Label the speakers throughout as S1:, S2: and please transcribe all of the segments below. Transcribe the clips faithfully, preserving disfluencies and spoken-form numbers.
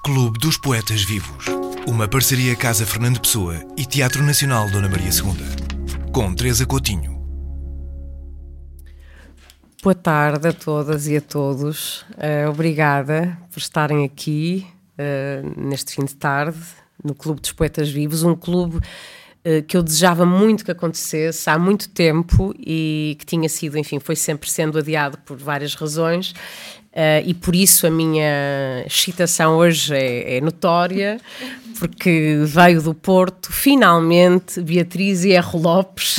S1: Clube dos Poetas Vivos. Uma parceria Casa Fernando Pessoa e Teatro Nacional Dona Maria segunda. Com Teresa Coutinho.
S2: Boa tarde a todas e a todos. Uh, obrigada por estarem aqui uh, neste fim de tarde no Clube dos Poetas Vivos, um clube uh, que eu desejava muito que acontecesse há muito tempo e que tinha sido, enfim, foi sempre sendo adiado por várias razões. Uh, e por isso a minha excitação hoje é, é notória, porque veio do Porto, finalmente, Beatriz Hierro Lopes,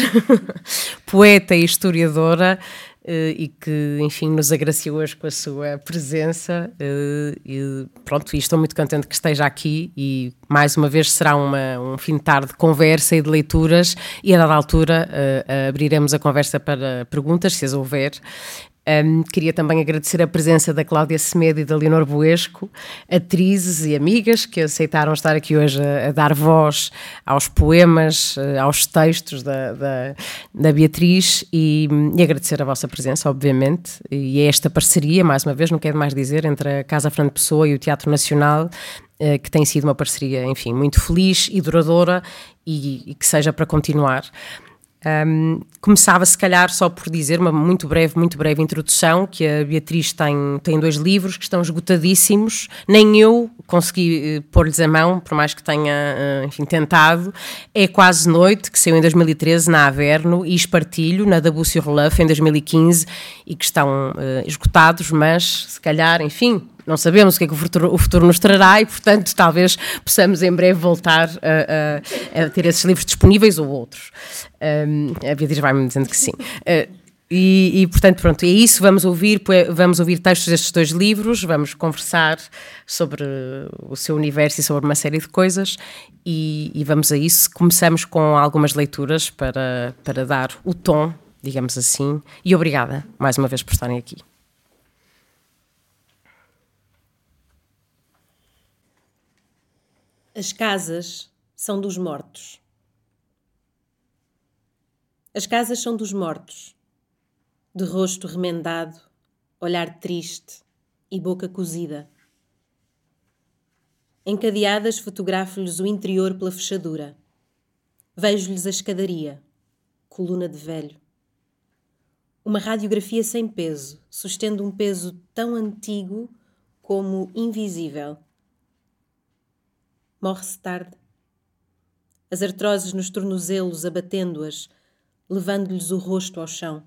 S2: poeta e historiadora, uh, e que, enfim, nos agraciou hoje com a sua presença. Uh, e pronto, e estou muito contente que esteja aqui e, mais uma vez, será uma, um fim de tarde de conversa e de leituras e, a dada altura, uh, abriremos a conversa para perguntas, se as houver. Um, queria também agradecer a presença da Cláudia Semedo e da Leonor Buesco, atrizes e amigas que aceitaram estar aqui hoje a, a dar voz aos poemas, aos textos da, da, da Beatriz e, e agradecer a vossa presença, obviamente, e esta parceria, mais uma vez, não quero mais dizer, entre a Casa Fernando Pessoa e o Teatro Nacional, que tem sido uma parceria, enfim, muito feliz e duradoura e, e que seja para continuar. Um, começava se calhar só por dizer uma muito breve, muito breve introdução, que a Beatriz tem, tem dois livros que estão esgotadíssimos, nem eu consegui uh, pôr-lhes a mão, por mais que tenha uh, enfim, tentado. É Quase Noite, que saiu em dois mil e treze na Averno, e Espartilho, na Dabussy Roloff, em dois mil e quinze, e que estão uh, esgotados, mas se calhar, enfim, não sabemos o que é que o futuro, o futuro nos trará e, portanto, talvez possamos em breve voltar a, a, a ter esses livros disponíveis ou outros. Um, a Beatriz vai-me dizendo que sim. Uh, e, e, portanto, pronto, é isso. Vamos ouvir, vamos ouvir textos destes dois livros, vamos conversar sobre o seu universo e sobre uma série de coisas e, e vamos a isso. Começamos com algumas leituras para, para dar o tom, digamos assim. E obrigada, mais uma vez, por estarem aqui.
S3: As casas são dos mortos. As casas são dos mortos, de rosto remendado, olhar triste e boca cozida. Encadeadas, fotografo-lhes o interior pela fechadura. Vejo-lhes a escadaria, coluna de velho. Uma radiografia sem peso, sustendo um peso tão antigo como invisível. Morre-se tarde. As artroses nos tornozelos abatendo-as, levando-lhes o rosto ao chão.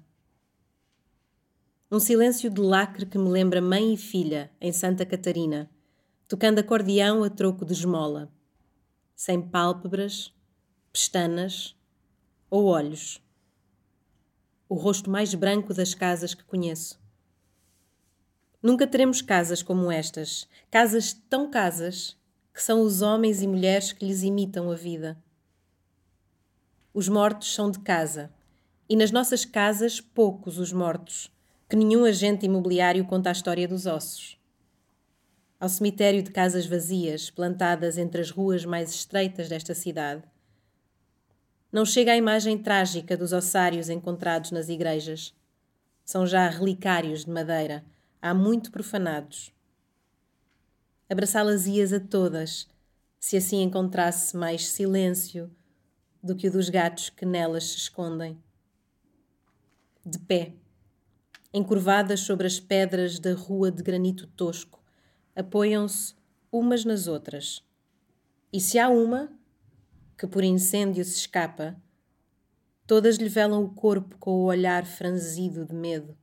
S3: Um silêncio de lacre que me lembra mãe e filha em Santa Catarina, tocando acordeão a troco de esmola, sem pálpebras, pestanas ou olhos. O rosto mais branco das casas que conheço. Nunca teremos casas como estas, casas tão casas que são os homens e mulheres que lhes imitam a vida. Os mortos são de casa, e nas nossas casas poucos os mortos, que nenhum agente imobiliário conta a história dos ossos. Ao cemitério de casas vazias, plantadas entre as ruas mais estreitas desta cidade, não chega a imagem trágica dos ossários encontrados nas igrejas. São já relicários de madeira, há muito profanados. Abraçá-las-ias a todas, se assim encontrasse mais silêncio do que o dos gatos que nelas se escondem. De pé, encurvadas sobre as pedras da rua de granito tosco, apoiam-se umas nas outras. E se há uma que por incêndio se escapa, todas lhe velam o corpo com o olhar franzido de medo.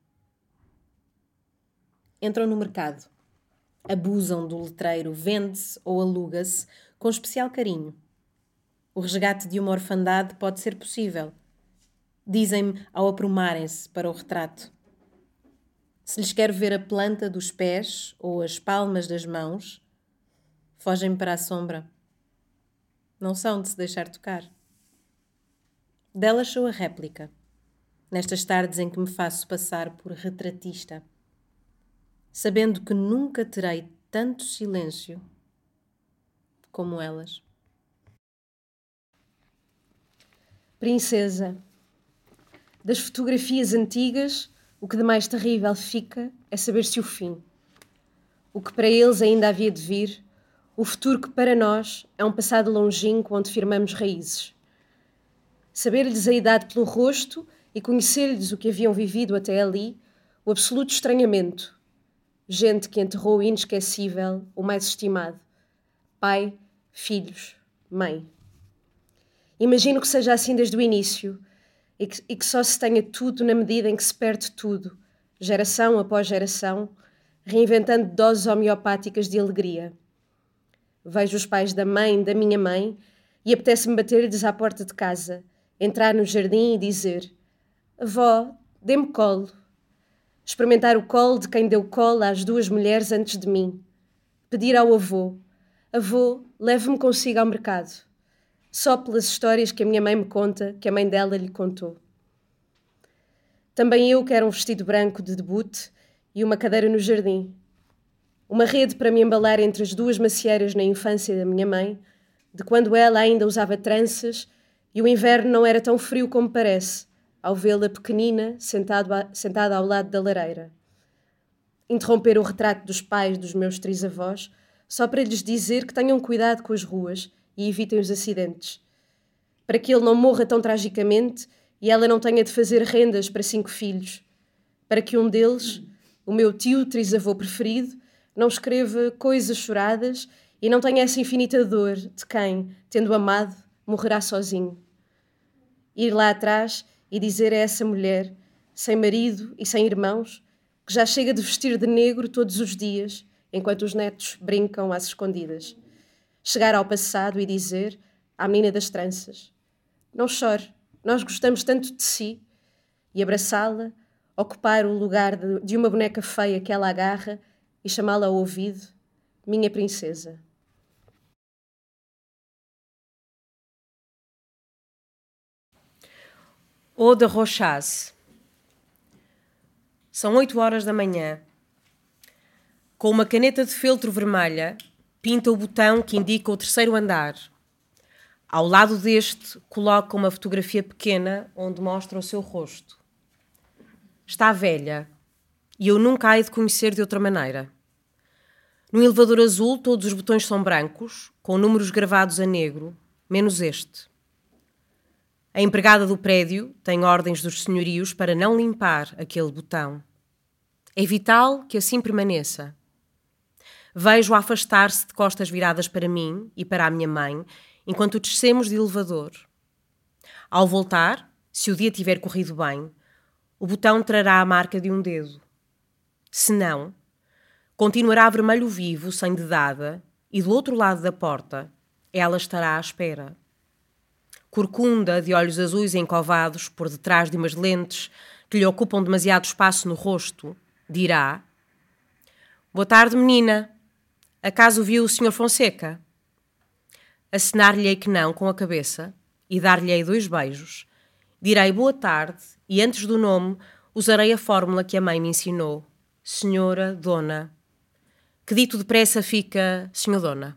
S3: Entram no mercado. Abusam do letreiro, vende-se ou aluga-se com especial carinho. O resgate de uma orfandade pode ser possível. Dizem-me ao aprumarem-se para o retrato. Se lhes quero ver a planta dos pés ou as palmas das mãos, fogem para a sombra. Não são de se deixar tocar. Delas sou a réplica, nestas tardes em que me faço passar por retratista, sabendo que nunca terei tanto silêncio como elas.
S4: Princesa, das fotografias antigas, o que de mais terrível fica é saber-se o fim. O que para eles ainda havia de vir, o futuro que para nós é um passado longínquo onde firmamos raízes. Saber-lhes a idade pelo rosto e conhecer-lhes o que haviam vivido até ali, o absoluto estranhamento. Gente que enterrou o inesquecível, o mais estimado. Pai, filhos, mãe. Imagino que seja assim desde o início e que, e que só se tenha tudo na medida em que se perde tudo, geração após geração, reinventando doses homeopáticas de alegria. Vejo os pais da mãe, da minha mãe, e apetece-me bater-lhes à porta de casa, entrar no jardim e dizer: avó, dê-me colo. Experimentar o colo de quem deu colo às duas mulheres antes de mim. Pedir ao avô: avô, leve-me consigo ao mercado. Só pelas histórias que a minha mãe me conta, que a mãe dela lhe contou. Também eu quero um vestido branco de debute e uma cadeira no jardim. Uma rede para me embalar entre as duas macieiras na infância da minha mãe, de quando ela ainda usava tranças e o inverno não era tão frio como parece, ao vê-la pequenina sentado a, sentada ao lado da lareira. Interromper o retrato dos pais dos meus trisavós só para lhes dizer que tenham cuidado com as ruas e evitem os acidentes. Para que ele não morra tão tragicamente e ela não tenha de fazer rendas para cinco filhos. Para que um deles, o meu tio trisavô preferido, não escreva coisas choradas e não tenha essa infinita dor de quem, tendo amado, morrerá sozinho. Ir lá atrás e dizer a essa mulher, sem marido e sem irmãos, que já chega de vestir de negro todos os dias, enquanto os netos brincam às escondidas. Chegar ao passado e dizer à menina das tranças: não chore, nós gostamos tanto de si. E abraçá-la, ocupar o lugar de, de uma boneca feia que ela agarra e chamá-la ao ouvido: minha princesa.
S2: Eau de Rochas. São oito horas da manhã. Com uma caneta de feltro vermelha, pinta o botão que indica o terceiro andar. Ao lado deste, coloca uma fotografia pequena onde mostra o seu rosto. Está velha, e eu nunca hei de conhecer de outra maneira. No elevador azul, todos os botões são brancos, com números gravados a negro, menos este. A empregada do prédio tem ordens dos senhorios para não limpar aquele botão. É vital que assim permaneça. Vejo-o afastar-se de costas viradas para mim e para a minha mãe, enquanto descemos de elevador. Ao voltar, se o dia tiver corrido bem, o botão trará a marca de um dedo. Se não, continuará vermelho vivo, sem dedada, e do outro lado da porta, ela estará à espera. Corcunda, de olhos azuis encovados por detrás de umas lentes que lhe ocupam demasiado espaço no rosto, dirá: boa tarde, menina. Acaso viu o senhor Fonseca? Acenar-lhe-ei que não com a cabeça e dar-lhe-ei dois beijos. Direi boa tarde e, antes do nome, usarei a fórmula que a mãe me ensinou. Senhora, dona. Que dito depressa fica senhor dona.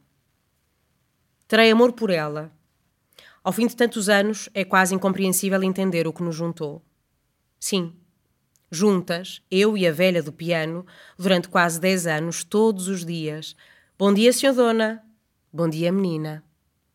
S2: Terei amor por ela. Ao fim de tantos anos, é quase incompreensível entender o que nos juntou. Sim, juntas, eu e a velha do piano, durante quase dez anos, todos os dias. Bom dia, senhor dona. Bom dia, menina.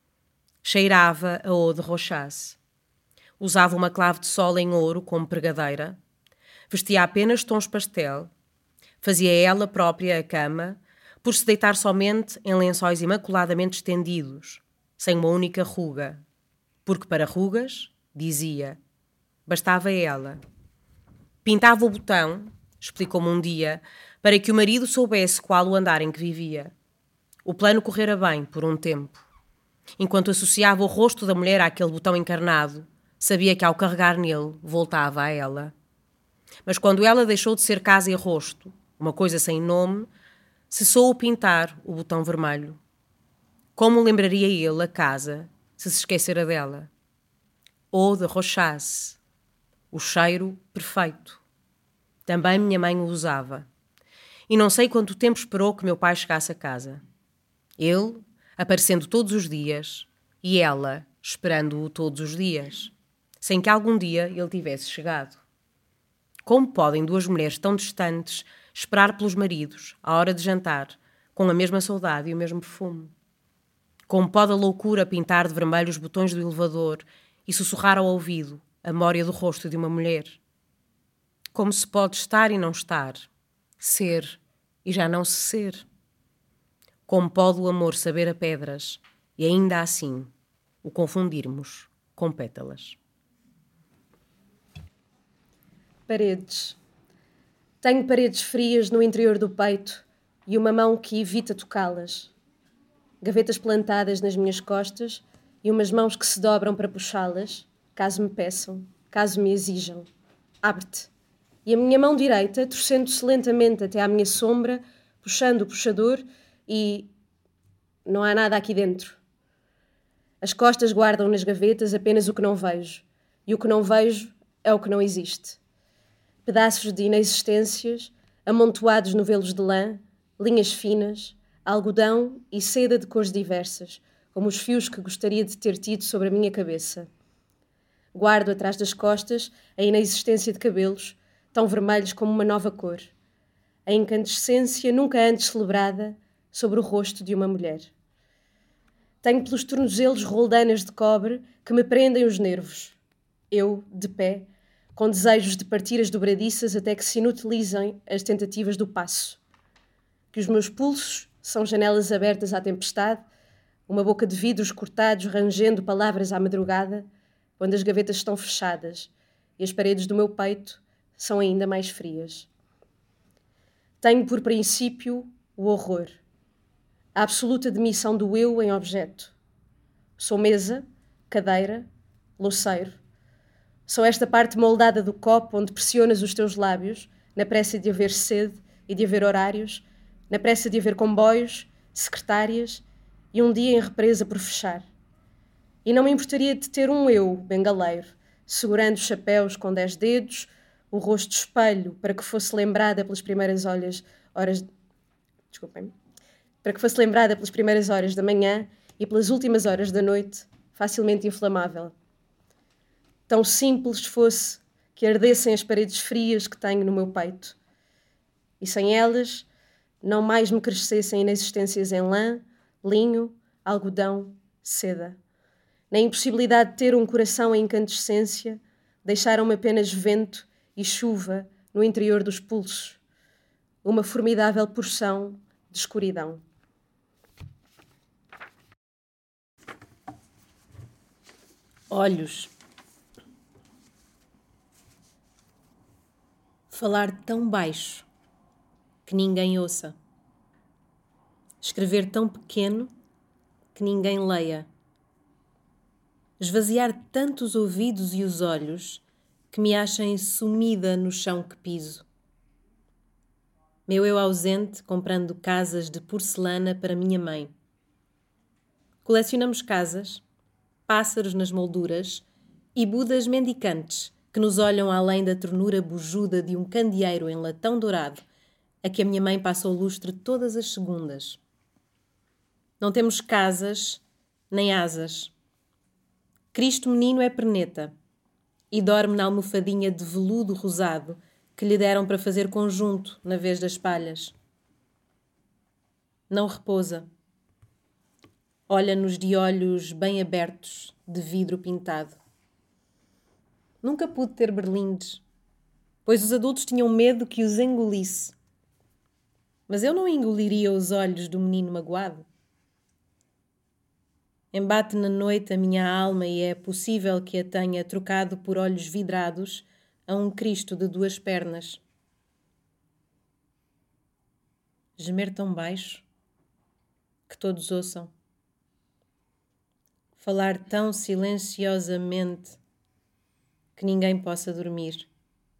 S2: Cheirava a eau de Rochas. Usava uma clave de sol em ouro como pregadeira. Vestia apenas tons pastel. Fazia ela própria a cama, por se deitar somente em lençóis imaculadamente estendidos, sem uma única ruga. Porque para rugas, dizia, bastava ela. Pintava o botão, explicou-me um dia, para que o marido soubesse qual o andar em que vivia. O plano correra bem por um tempo. Enquanto associava o rosto da mulher àquele botão encarnado, sabia que ao carregar nele, voltava a ela. Mas quando ela deixou de ser casa e rosto, uma coisa sem nome, cessou a pintar o botão vermelho. Como lembraria ele a casa, se se esquecera dela? Eau de Rochas, o cheiro perfeito. Também minha mãe o usava. E não sei quanto tempo esperou que meu pai chegasse a casa. Ele, aparecendo todos os dias, e ela, esperando-o todos os dias, sem que algum dia ele tivesse chegado. Como podem duas mulheres tão distantes esperar pelos maridos, à hora de jantar, com a mesma saudade e o mesmo perfume? Com um pó da loucura pintar de vermelho os botões do elevador e sussurrar ao ouvido a memória do rosto de uma mulher. Como se pode estar e não estar, ser e já não se ser. Como pode o amor saber a pedras e ainda assim o confundirmos com pétalas.
S4: Paredes. Tenho paredes frias no interior do peito e uma mão que evita tocá-las. Gavetas plantadas nas minhas costas e umas mãos que se dobram para puxá-las, caso me peçam, caso me exijam. Abre-te. E a minha mão direita, torcendo-se lentamente até à minha sombra, puxando o puxador e... não há nada aqui dentro. As costas guardam nas gavetas apenas o que não vejo. E o que não vejo é o que não existe. Pedaços de inexistências, amontoados novelos de lã, linhas finas, algodão e seda de cores diversas, como os fios que gostaria de ter tido sobre a minha cabeça. Guardo atrás das costas a inexistência de cabelos, tão vermelhos como uma nova cor. A incandescência nunca antes celebrada sobre o rosto de uma mulher. Tenho pelos tornozelos roldanas de cobre que me prendem os nervos. Eu, de pé, com desejos de partir as dobradiças até que se inutilizem as tentativas do passo. Que os meus pulsos são janelas abertas à tempestade, uma boca de vidros cortados rangendo palavras à madrugada, quando as gavetas estão fechadas e as paredes do meu peito são ainda mais frias. Tenho por princípio o horror, a absoluta demissão do eu em objeto. Sou mesa, cadeira, louceiro. Sou esta parte moldada do copo onde pressionas os teus lábios, na pressa de haver sede e de haver horários, na pressa de haver comboios, secretárias e um dia em represa por fechar. E não me importaria de ter um eu bengaleiro, segurando chapéus com dez dedos, o rosto espelho para que fosse lembrada pelas primeiras horas, horas desculpem, para que fosse lembrada pelas primeiras horas da manhã e pelas últimas horas da noite, facilmente inflamável. Tão simples fosse que ardessem as paredes frias que tenho no meu peito. E sem elas, não mais me crescessem inexistências em lã, linho, algodão, seda. Na impossibilidade de ter um coração em incandescência, deixaram-me apenas vento e chuva no interior dos pulsos. Uma formidável porção de escuridão.
S3: Olhos. Falar tão baixo que ninguém ouça. Escrever tão pequeno que ninguém leia. Esvaziar tanto os ouvidos e os olhos que me achem sumida no chão que piso. Meu eu ausente comprando casas de porcelana para minha mãe. Colecionamos casas, pássaros nas molduras e budas mendicantes que nos olham além da ternura bujuda de um candeeiro em latão dourado a que a minha mãe passa o lustre todas as segundas. Não temos casas nem asas. Cristo menino é perneta e dorme na almofadinha de veludo rosado que lhe deram para fazer conjunto na vez das palhas. Não repousa. Olha-nos de olhos bem abertos, de vidro pintado. Nunca pude ter berlindes, pois os adultos tinham medo que os engolisse. Mas eu não engoliria os olhos do menino magoado. Embate na noite a minha alma e é possível que a tenha trocado por olhos vidrados a um Cristo de duas pernas. Gemer tão baixo que todos ouçam. Falar tão silenciosamente que ninguém possa dormir.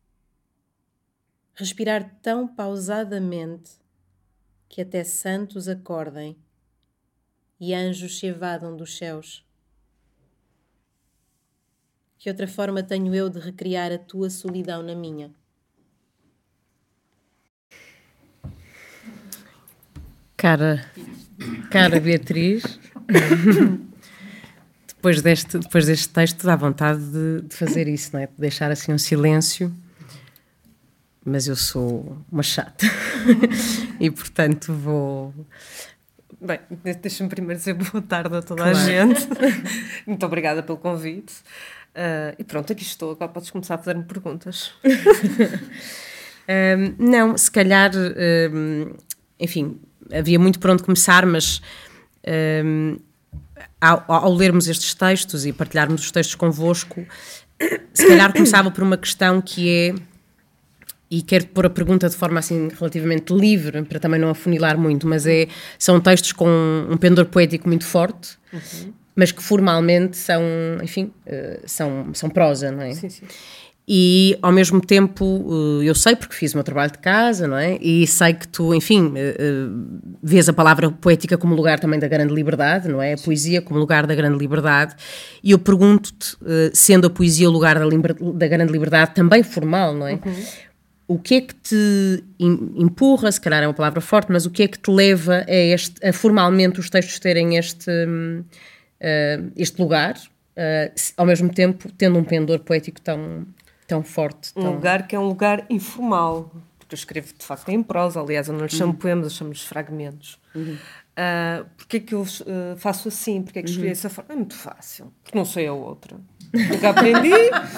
S3: Respirar tão pausadamente que até santos acordem e anjos se evadam dos céus. Que outra forma tenho eu de recriar a tua solidão na minha?
S2: Cara, cara Beatriz, depois deste, depois deste texto dá vontade de, de fazer isso, não é? De deixar assim um silêncio, mas eu sou uma chata e portanto vou,
S5: Bem, deixa-me primeiro dizer boa tarde a toda
S2: Claro.
S5: a gente. Muito obrigada pelo convite. Uh, e pronto, aqui estou. Agora podes começar a fazer-me perguntas.
S2: Um, não, se calhar, um, enfim, havia muito por onde começar, mas um, ao, ao lermos estes textos e partilharmos os textos convosco, se calhar começava por uma questão que é, e quero pôr a pergunta de forma assim relativamente livre, para também não afunilar muito, mas é, são textos com um pendor poético muito forte, uhum. mas que formalmente são, enfim, uh, são, são prosa, não é?
S5: Sim, sim.
S2: E, ao mesmo tempo, eu sei, porque fiz o meu trabalho de casa, não é? E sei que tu, enfim, vês a palavra poética como lugar também da grande liberdade, não é? A poesia como lugar da grande liberdade. E eu pergunto-te, sendo a poesia o lugar da, liber... da grande liberdade, também formal, não é? Uhum. O que é que te empurra, se calhar é uma palavra forte, mas o que é que te leva a, este, a formalmente os textos terem este, uh, este lugar, uh, ao mesmo tempo tendo um pendor poético tão... tão forte.
S5: Um
S2: tão...
S5: lugar que é um lugar informal, porque eu escrevo de facto em prosa, aliás, eu não lhes chamo uhum. poemas, eu chamo-lhes fragmentos. Uhum. Uh, porque é que eu uh, faço assim? Porque é que escolhi uhum. essa forma? É muito fácil, porque não sei a outra. Nunca aprendi.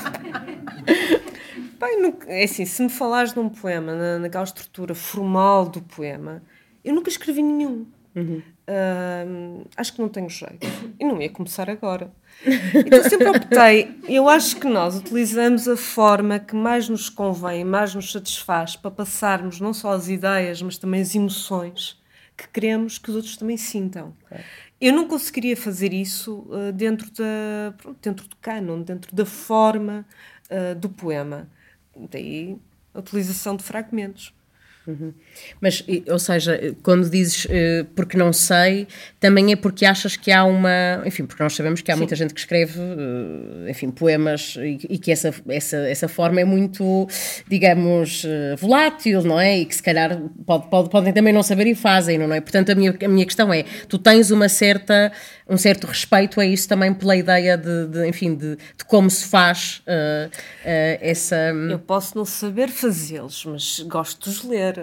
S5: Bem, nunca... é assim, se me falares de um poema, na, naquela estrutura formal do poema, eu nunca escrevi nenhum. Uhum. Uh, acho que não tenho jeito. E não ia começar agora. Então sempre optei, eu acho que nós utilizamos a forma que mais nos convém, mais nos satisfaz para passarmos não só as ideias, mas também as emoções que queremos que os outros também sintam. Okay. Eu não conseguiria fazer isso uh, dentro, da, pronto, dentro do cânon, dentro da forma uh, do poema. Daí a utilização de fragmentos.
S2: Uhum. Mas, ou seja, quando dizes uh, porque não sei, também é porque achas que há uma... Enfim, porque nós sabemos que há Sim. muita gente que escreve, uh, enfim, poemas e, e que essa, essa, essa forma é muito, digamos, uh, volátil, não é? E que se calhar pode, pode, podem também não saber e fazem, não é? Portanto, a minha, a minha questão é, tu tens uma certa, um certo respeito a isso também pela ideia de, de enfim, de, de como se faz uh, uh, essa...
S5: Eu posso não saber fazê-los, mas gosto de os ler.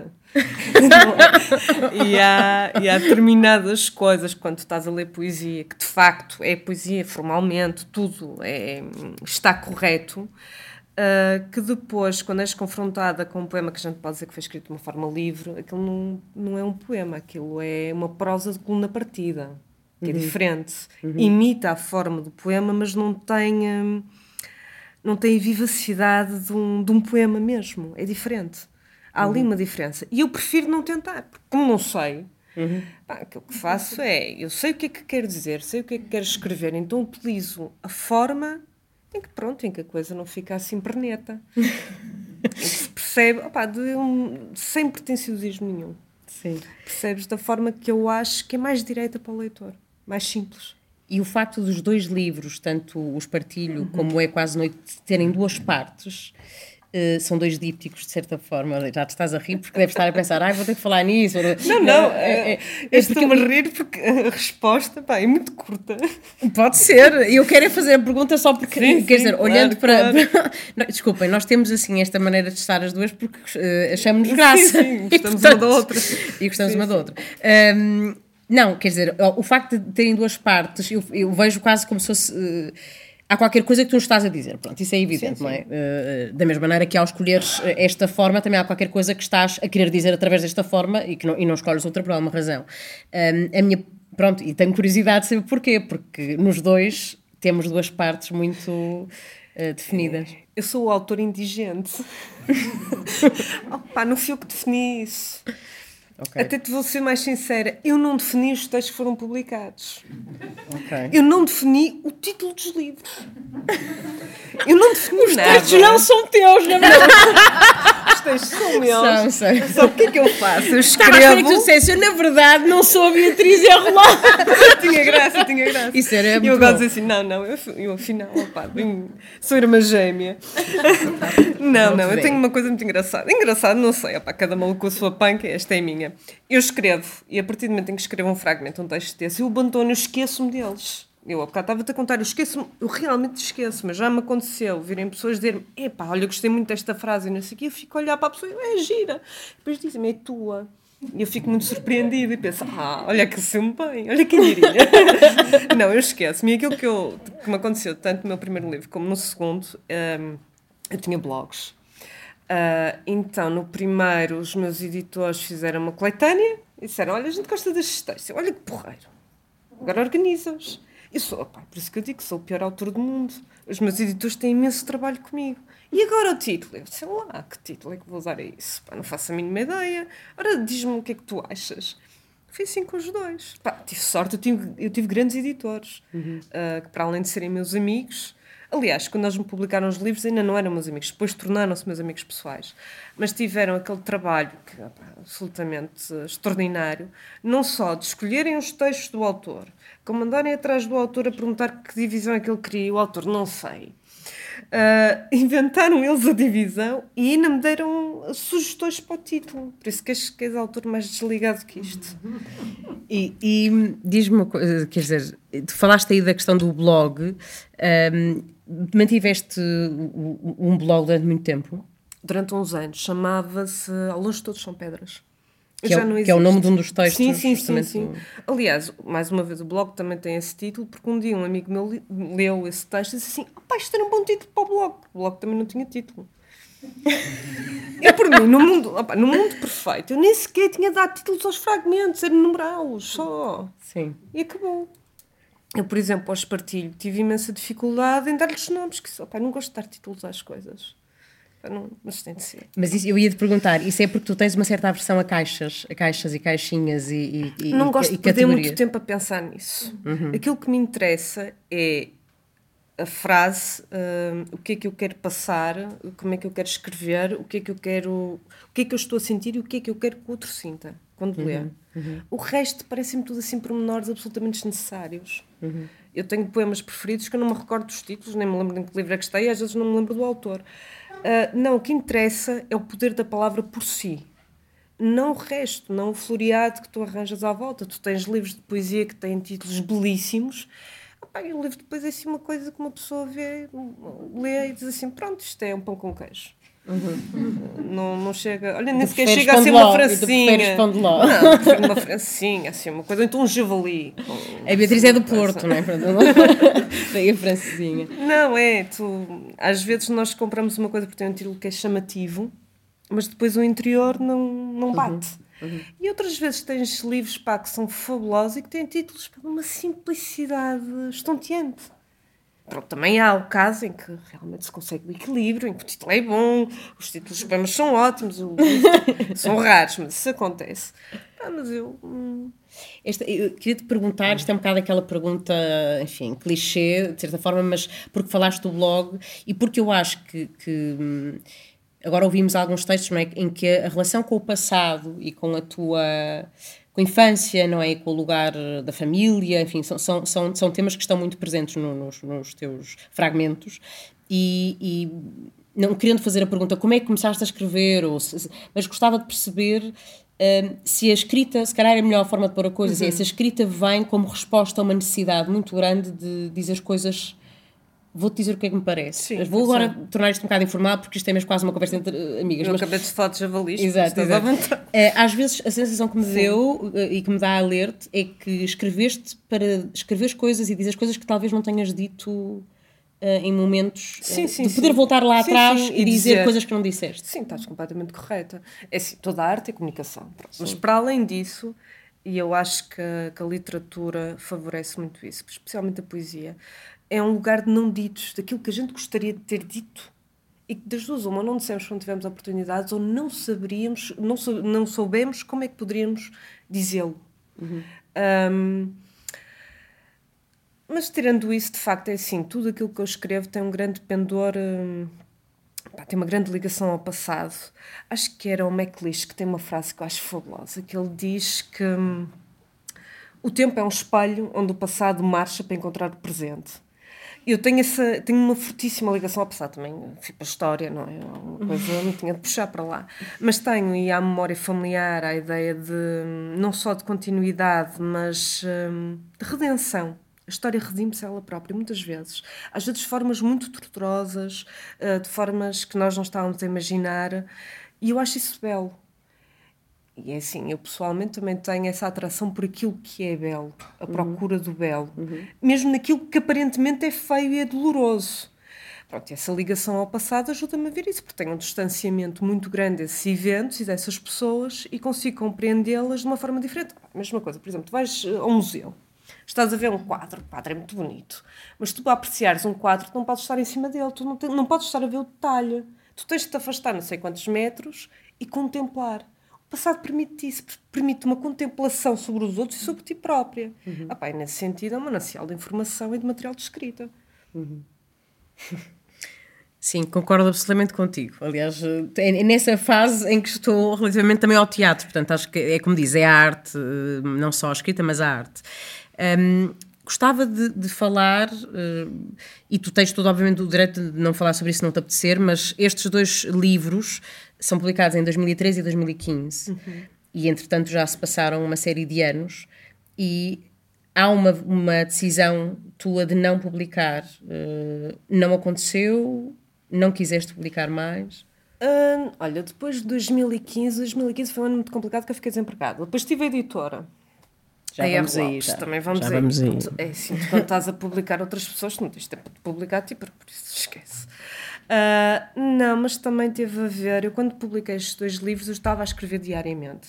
S5: e, há, e há determinadas coisas quando estás a ler poesia que de facto é poesia formalmente, tudo é, está correto, uh, que depois quando és confrontada com um poema que a gente pode dizer que foi escrito de uma forma livre, aquilo não, não é um poema, aquilo é uma prosa de coluna partida, que uhum. é diferente, uhum. imita a forma do poema, mas não tem um, não tem a vivacidade de um, de um poema mesmo, é diferente. Há ali uhum. uma diferença. E eu prefiro não tentar, porque como não sei, uhum. pá, aquilo que faço é, eu sei o que é que quero dizer, sei o que é que quero escrever, então utilizo a forma em que, pronto, em que a coisa não fica assim perneta. Em que se percebe, opá, de um, sem pretenciosismo nenhum.
S2: Sim.
S5: Percebes da forma que eu acho que é mais direita para o leitor, mais simples.
S2: E o facto dos dois livros, tanto os Partilho uhum. como É Quase Noite, terem duas partes... Uh, são dois dípticos, de certa forma. Já te estás a rir porque deves estar a pensar, ai, vou ter que falar nisso.
S5: Não, não, é, é, é, é estou-me a rir porque a resposta pá, é muito curta.
S2: Pode ser. Eu quero é fazer a pergunta só porque,
S5: sim,
S2: quer
S5: sim,
S2: dizer,
S5: claro,
S2: olhando para...
S5: claro.
S2: para... Não, desculpem, nós temos assim esta maneira de estar as duas porque uh, achamos graça.
S5: Sim, sim, gostamos uma da outra.
S2: E gostamos
S5: sim,
S2: uma
S5: sim.
S2: da outra. Um, não, quer dizer, o facto de terem duas partes, eu, eu vejo quase como se fosse... Uh, há qualquer coisa que tu nos estás a dizer, pronto, isso é evidente, sim, sim. não é? Uh, da mesma maneira que ao escolheres esta forma, também há qualquer coisa que estás a querer dizer através desta forma e que não, e não escolhes outra por alguma razão. Um, a minha, pronto, e tenho curiosidade de saber porquê, porque nos dois temos duas partes muito uh, definidas.
S5: Eu sou o autor indigente. Opa, não fui eu que defini isso. Okay. Até te vou ser mais sincera, eu não defini os textos que foram publicados.
S2: Okay.
S5: Eu não defini o título dos livros. Eu não defini
S2: os
S5: nada.
S2: Os textos não são teus, não é?
S5: Os textos são meus.
S2: São, sei.
S5: Só o que é que eu faço? Eu escrevo...
S2: Estava a que tu dissesse, eu na verdade não sou a Beatriz Errolá.
S5: Tinha graça, tinha graça.
S2: Isso era muito
S5: E eu agora
S2: bom.
S5: dizer assim, não, não, eu, eu afinal, opa, sou irmã gêmea. Não, não, eu tenho uma coisa muito engraçada. Engraçado, não sei, opa, cada maluco com a sua panca, esta é a minha. Eu escrevo, e a partir do momento em que escrevo um fragmento, um texto desse, eu abandono, eu esqueço-me deles. Eu, há bocado, estava-te a contar, eu esqueço-me, eu realmente esqueço-me, já me aconteceu, virem pessoas dizer-me, epá, olha, gostei muito desta frase, e não sei o quê, eu fico a olhar para a pessoa, é gira. Depois dizem-me, é tua. E eu fico muito surpreendida e penso, ah, olha que sou bem, olha quem diria. Não, eu esqueço-me. E aquilo que, eu, que me aconteceu tanto no meu primeiro livro como no segundo, um, eu tinha blogs. Uh, então, no primeiro, os meus editores fizeram uma coletânea e disseram, olha, a gente gosta destes textos. Olha que porreiro. Agora organiza-os. Eu sou, opa, por isso que eu digo que sou o pior autor do mundo. Os meus editores têm imenso trabalho comigo. E agora o título? Eu sei lá, que título é que vou usar a isso? Pá, não faço a mínima ideia. Ora, diz-me o que é que tu achas. Foi assim com os dois. Pá, tive sorte, eu tive, eu tive grandes editores, uhum. uh, que para além de serem meus amigos, aliás, quando eles me publicaram os livros ainda não eram meus amigos, depois tornaram-se meus amigos pessoais, mas tiveram aquele trabalho que, pá, absolutamente uh, extraordinário, não só de escolherem os textos do autor, como andarem atrás do autor a perguntar que divisão é que ele queria, o autor não sei. Uh, inventaram eles a divisão e ainda me deram sugestões para o título. Por isso que és, que és autor mais desligado que isto.
S2: E, e diz-me uma coisa, quer dizer, tu falaste aí da questão do blog, um, mantiveste um blog durante muito tempo?
S5: Durante uns anos, chamava-se Ao Longe Todos São Pedras.
S2: Que é,
S5: já não
S2: que é o nome de um dos textos.
S5: Sim, sim, sim, sim. Aliás, mais uma vez, o blog também tem esse título, porque um dia um amigo meu li, leu esse texto e disse assim, opá, isto era um bom título para o blog. O blog também não tinha título. Eu, por mim, no mundo, opa, no mundo perfeito, eu nem sequer tinha dado títulos aos fragmentos, era numerá-los só.
S2: Sim.
S5: E acabou. Eu, por exemplo, ao espartilho, tive imensa dificuldade em dar-lhes nomes, que opa, não gosto de dar títulos às coisas. Não, mas tem de ser.
S2: Mas isso, eu ia te perguntar, isso é porque tu tens uma certa aversão a caixas, a caixas e caixinhas e, e
S5: não
S2: e,
S5: gosto
S2: e
S5: de perder
S2: categorias.
S5: muito tempo a pensar nisso.
S2: Uhum.
S5: Aquilo que me interessa é a frase, uh, o que é que eu quero passar, como é que eu quero escrever, o que é que eu quero, o que é que eu estou a sentir e o que é que eu quero que o outro sinta quando
S2: uhum.
S5: lê.
S2: Uhum.
S5: O resto parece-me tudo assim pormenores absolutamente desnecessários.
S2: Uhum.
S5: Eu tenho poemas preferidos que eu não me recordo dos títulos, nem me lembro em que livro é que está e às vezes não me lembro do autor. Uh, não, o que interessa é o poder da palavra por si. Não o resto, não o floreado que tu arranjas à volta. Tu tens livros de poesia que têm títulos belíssimos. Opa, e o livro depois é assim uma coisa que uma pessoa vê, lê e diz assim, pronto, isto é um pão com queijo. Uhum. Não, não chega, olha, nem sequer chega a ser uma francinha.
S2: Pão de ló.
S5: Não, prefiro uma francinha, assim, uma coisa, então um javali.
S2: A Beatriz é do Porto, não é? Daí a francesinha.
S5: Não, é, tu, às vezes nós compramos uma coisa porque tem um título que é chamativo, mas depois o interior não, não bate. Uhum. Uhum. E outras vezes tens livros, pá, que são fabulosos e que têm títulos com uma simplicidade estonteante. Pronto, também há o caso em que realmente se consegue o equilíbrio, em que o título é bom, os títulos dos poemas são ótimos, o, são raros, mas isso acontece. Ah, mas eu... Hum...
S2: Esta, eu queria te perguntar, isto é um bocado aquela pergunta, enfim, clichê, de certa forma, mas porque falaste do blog e porque eu acho que... que agora ouvimos alguns textos, não é, em que a relação com o passado e com a tua... com a infância, não é? E com o lugar da família, enfim, são, são, são, são temas que estão muito presentes no, nos, nos teus fragmentos e, e não querendo fazer a pergunta como é que começaste a escrever, ou se, mas gostava de perceber um, se a escrita, se calhar é a melhor forma de pôr a coisa, uhum. se a escrita vem como resposta a uma necessidade muito grande de dizer coisas... Vou-te dizer o que é que me parece. Sim, vou agora sim. tornar isto um bocado informal, porque isto é mesmo quase uma conversa entre amigas.
S5: Eu
S2: mas...
S5: acabei de falar de javalis.
S2: Exato, exato. É, às vezes a sensação que me sim. deu e que me dá alerta é que escreveste para escrever coisas e dizer coisas que talvez não tenhas dito uh, em momentos
S5: sim,
S2: uh,
S5: sim,
S2: de poder
S5: sim.
S2: voltar lá
S5: sim,
S2: atrás
S5: sim,
S2: e, e dizer, dizer coisas que não disseste.
S5: Sim, estás completamente correta. É assim, toda a arte é comunicação. Mas para além disso, e eu acho que, que a literatura favorece muito isso, especialmente a poesia, é um lugar de não ditos, daquilo que a gente gostaria de ter dito e que das duas uma não dissemos quando tivemos oportunidades ou não saberíamos, não, sou, não soubemos como é que poderíamos dizê-lo. Uhum. Um, mas tirando isso, de facto, é assim, tudo aquilo que eu escrevo tem um grande pendor, um, pá, tem uma grande ligação ao passado. Acho que era o MacLeish que tem uma frase que eu acho fabulosa, que ele diz que um, o tempo é um espelho onde o passado marcha para encontrar o presente. Eu tenho, essa, tenho uma fortíssima ligação ao passado também, fui para a história, não é? Uma coisa não tinha de puxar para lá. Mas tenho, e há memória familiar, a ideia de, não só de continuidade, mas hum, de redenção. A história redime-se ela própria, muitas vezes. Às vezes de formas muito tortuosas, de formas que nós não estávamos a imaginar. E eu acho isso belo. E é assim, eu pessoalmente também tenho essa atração por aquilo que é belo, a procura do belo, uhum. mesmo naquilo que aparentemente é feio e é doloroso. Pronto, essa ligação ao passado ajuda-me a ver isso, porque tenho um distanciamento muito grande desses eventos e dessas pessoas e consigo compreendê-las de uma forma diferente. A mesma coisa, por exemplo, tu vais a um museu, estás a ver um quadro, o quadro é muito bonito, mas tu para apreciares um quadro, tu não podes estar em cima dele, tu não, te, não podes estar a ver o detalhe. Tu tens de te afastar não sei quantos metros e contemplar. O passado permite isso, permite uma contemplação sobre os outros e sobre ti própria. Uhum. Ah, pá, nesse sentido é um manancial de informação e de material de escrita.
S2: Uhum. Sim, concordo absolutamente contigo. Aliás, é nessa fase em que estou relativamente também ao teatro. Portanto, acho que é como diz, é a arte, não só a escrita, mas a arte. Um, gostava de, de falar, uh, e tu tens todo, obviamente, o direito de não falar sobre isso se não te apetecer, mas estes dois livros são publicados em dois mil e treze e dois mil e quinze. Uhum. E, entretanto, já se passaram uma série de anos e há uma, uma decisão tua de não publicar. Uh, não aconteceu? Não quiseste publicar mais?
S5: Uh, olha, depois de dois mil e quinze, dois mil e quinze foi um ano muito complicado que eu fiquei desempregada. Depois tive a editora.
S2: Já
S5: a
S2: vamos aí, já.
S5: Também vamos
S2: já
S5: aí.
S2: Vamos aí.
S5: É assim, quando estás a publicar outras pessoas, tu não tens tempo de publicar, tipo, por isso esquece. Uh, não, mas também teve a ver... Eu, quando publiquei estes dois livros, eu estava a escrever diariamente.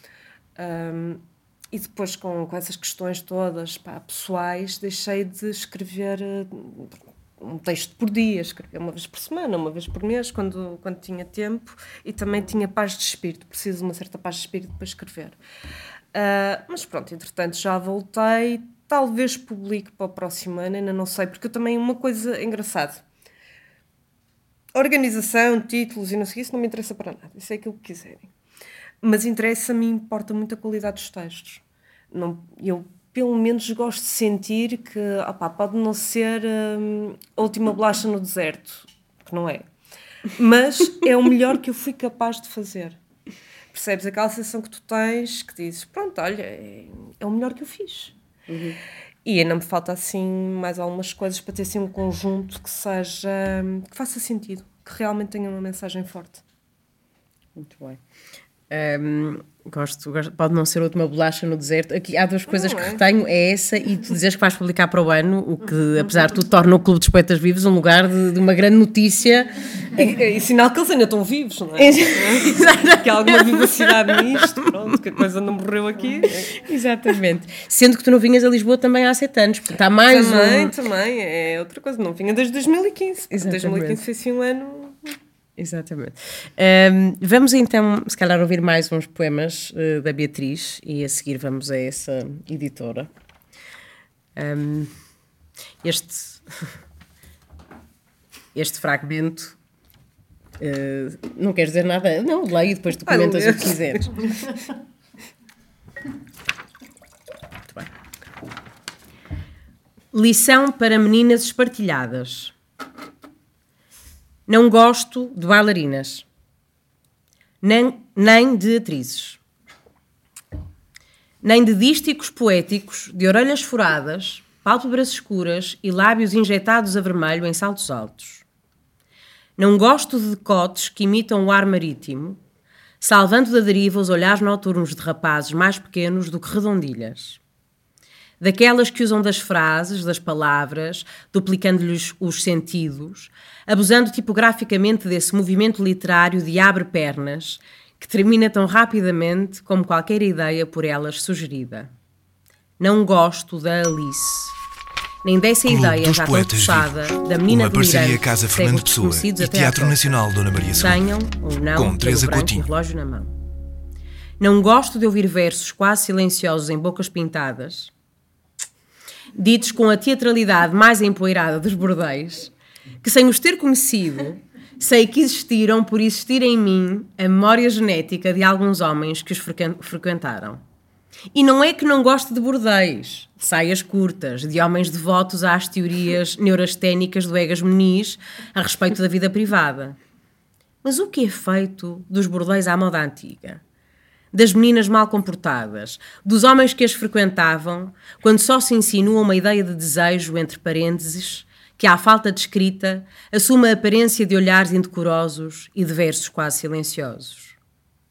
S5: Um, e depois, com, com essas questões todas, pá, pessoais, deixei de escrever uh, um texto por dia. Escrevia uma vez por semana, uma vez por mês, quando, quando tinha tempo. E também tinha paz de espírito. Preciso de uma certa paz de espírito para escrever. Uh, mas pronto, entretanto, já voltei. Talvez publique para o próximo ano, ainda não sei. Porque eu também, uma coisa engraçada... Organização, títulos e não sei o que, isso não me interessa para nada. Isso é aquilo que quiserem. Mas interessa-me, importa muito a qualidade dos textos. Não, eu, pelo menos, gosto de sentir que opá, pode não ser hum, a última bolacha no deserto, que não é. Mas é o melhor que eu fui capaz de fazer. Percebes aquela sensação que tu tens, que dizes, pronto, olha, é, é o melhor que eu fiz. Uhum. E ainda me falta assim mais algumas coisas para ter assim um conjunto que seja, que faça sentido, que realmente tenha uma mensagem forte.
S2: Muito bem. Um, gosto, gosto, pode não ser a última bolacha no deserto. Aqui há duas coisas não que é? retenho, é essa e tu dizes que vais publicar para o ano, o que apesar de tudo torna o Clube dos Poetas Vivos um lugar de, de uma grande notícia.
S5: E, e sinal que eles ainda estão vivos, não é? Exato. Que há alguma vivacidade nisto, pronto, que a coisa não morreu aqui.
S2: Exatamente. Sendo que tu não vinhas a Lisboa também há sete anos, porque há mais
S5: também,
S2: um...
S5: Também, é outra coisa, não vinha desde dois mil e quinze. Exatamente. dois mil e quinze foi assim um ano...
S2: Exatamente. Um, vamos então, se calhar, ouvir mais uns poemas uh, da Beatriz e a seguir vamos a essa editora. Um, este, este fragmento, uh, não queres dizer nada? Não, leio e depois tu comentas Ai, o que quiseres. Muito bem. Lição para meninas espartilhadas. Não gosto de bailarinas, nem, nem de atrizes, nem de dísticos poéticos, de orelhas furadas, pálpebras escuras e lábios injetados a vermelho em saltos altos. Não gosto de decotes que imitam o ar marítimo, salvando da deriva os olhares noturnos de rapazes mais pequenos do que redondilhas. Daquelas que usam das frases, das palavras, duplicando-lhes os sentidos, abusando tipograficamente desse movimento literário de abre-pernas, que termina tão rapidamente como qualquer ideia por elas sugerida. Não gosto da Alice, nem dessa
S1: Clube
S2: ideia já tão puxada da menina
S1: uma parceria
S2: delirante
S1: Casa Fernando Pessoa e Teatro Nacional Dona Maria segunda.
S2: Tenham ou não
S1: com Teresa
S2: Coutinho relógio na mão. Não gosto de ouvir versos quase silenciosos em bocas pintadas, ditos com a teatralidade mais empoeirada dos bordéis, que sem os ter conhecido, sei que existiram por existir em mim a memória genética de alguns homens que os frequentaram. E não é que não gosto de bordéis, de saias curtas, de homens devotos às teorias neurasténicas do Egas Muniz a respeito da vida privada. Mas o que é feito dos bordéis à moda antiga? Das meninas mal comportadas, dos homens que as frequentavam, quando só se insinua uma ideia de desejo, entre parênteses, que, à falta de escrita, assume a aparência de olhares indecorosos e de versos quase silenciosos.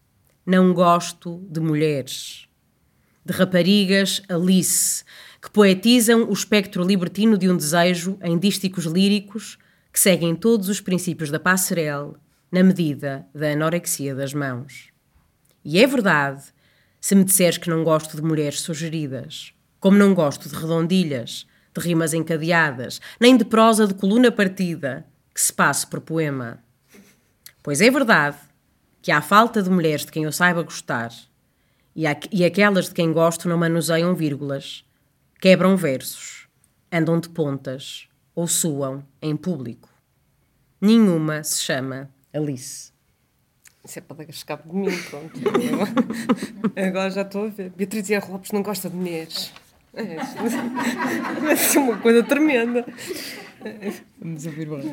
S2: Não gosto de mulheres. De raparigas Alice, que poetizam o espectro libertino de um desejo em dísticos líricos que seguem todos os princípios da passerelle na medida da anorexia das mãos. E é verdade, se me disseres que não gosto de mulheres sugeridas, como não gosto de redondilhas, de rimas encadeadas, nem de prosa de coluna partida que se passe por poema. Pois é verdade que há falta de mulheres de quem eu saiba gostar, e, há, e aquelas de quem gosto não manuseiam vírgulas, quebram versos, andam de pontas ou suam em público. Nenhuma se chama Alice.
S5: Isso é para dar escape de mim, pronto. Agora já estou a ver. Beatriz E. Lopes não gosta de mulheres. É, é uma coisa tremenda.
S2: Vamos ouvir bem.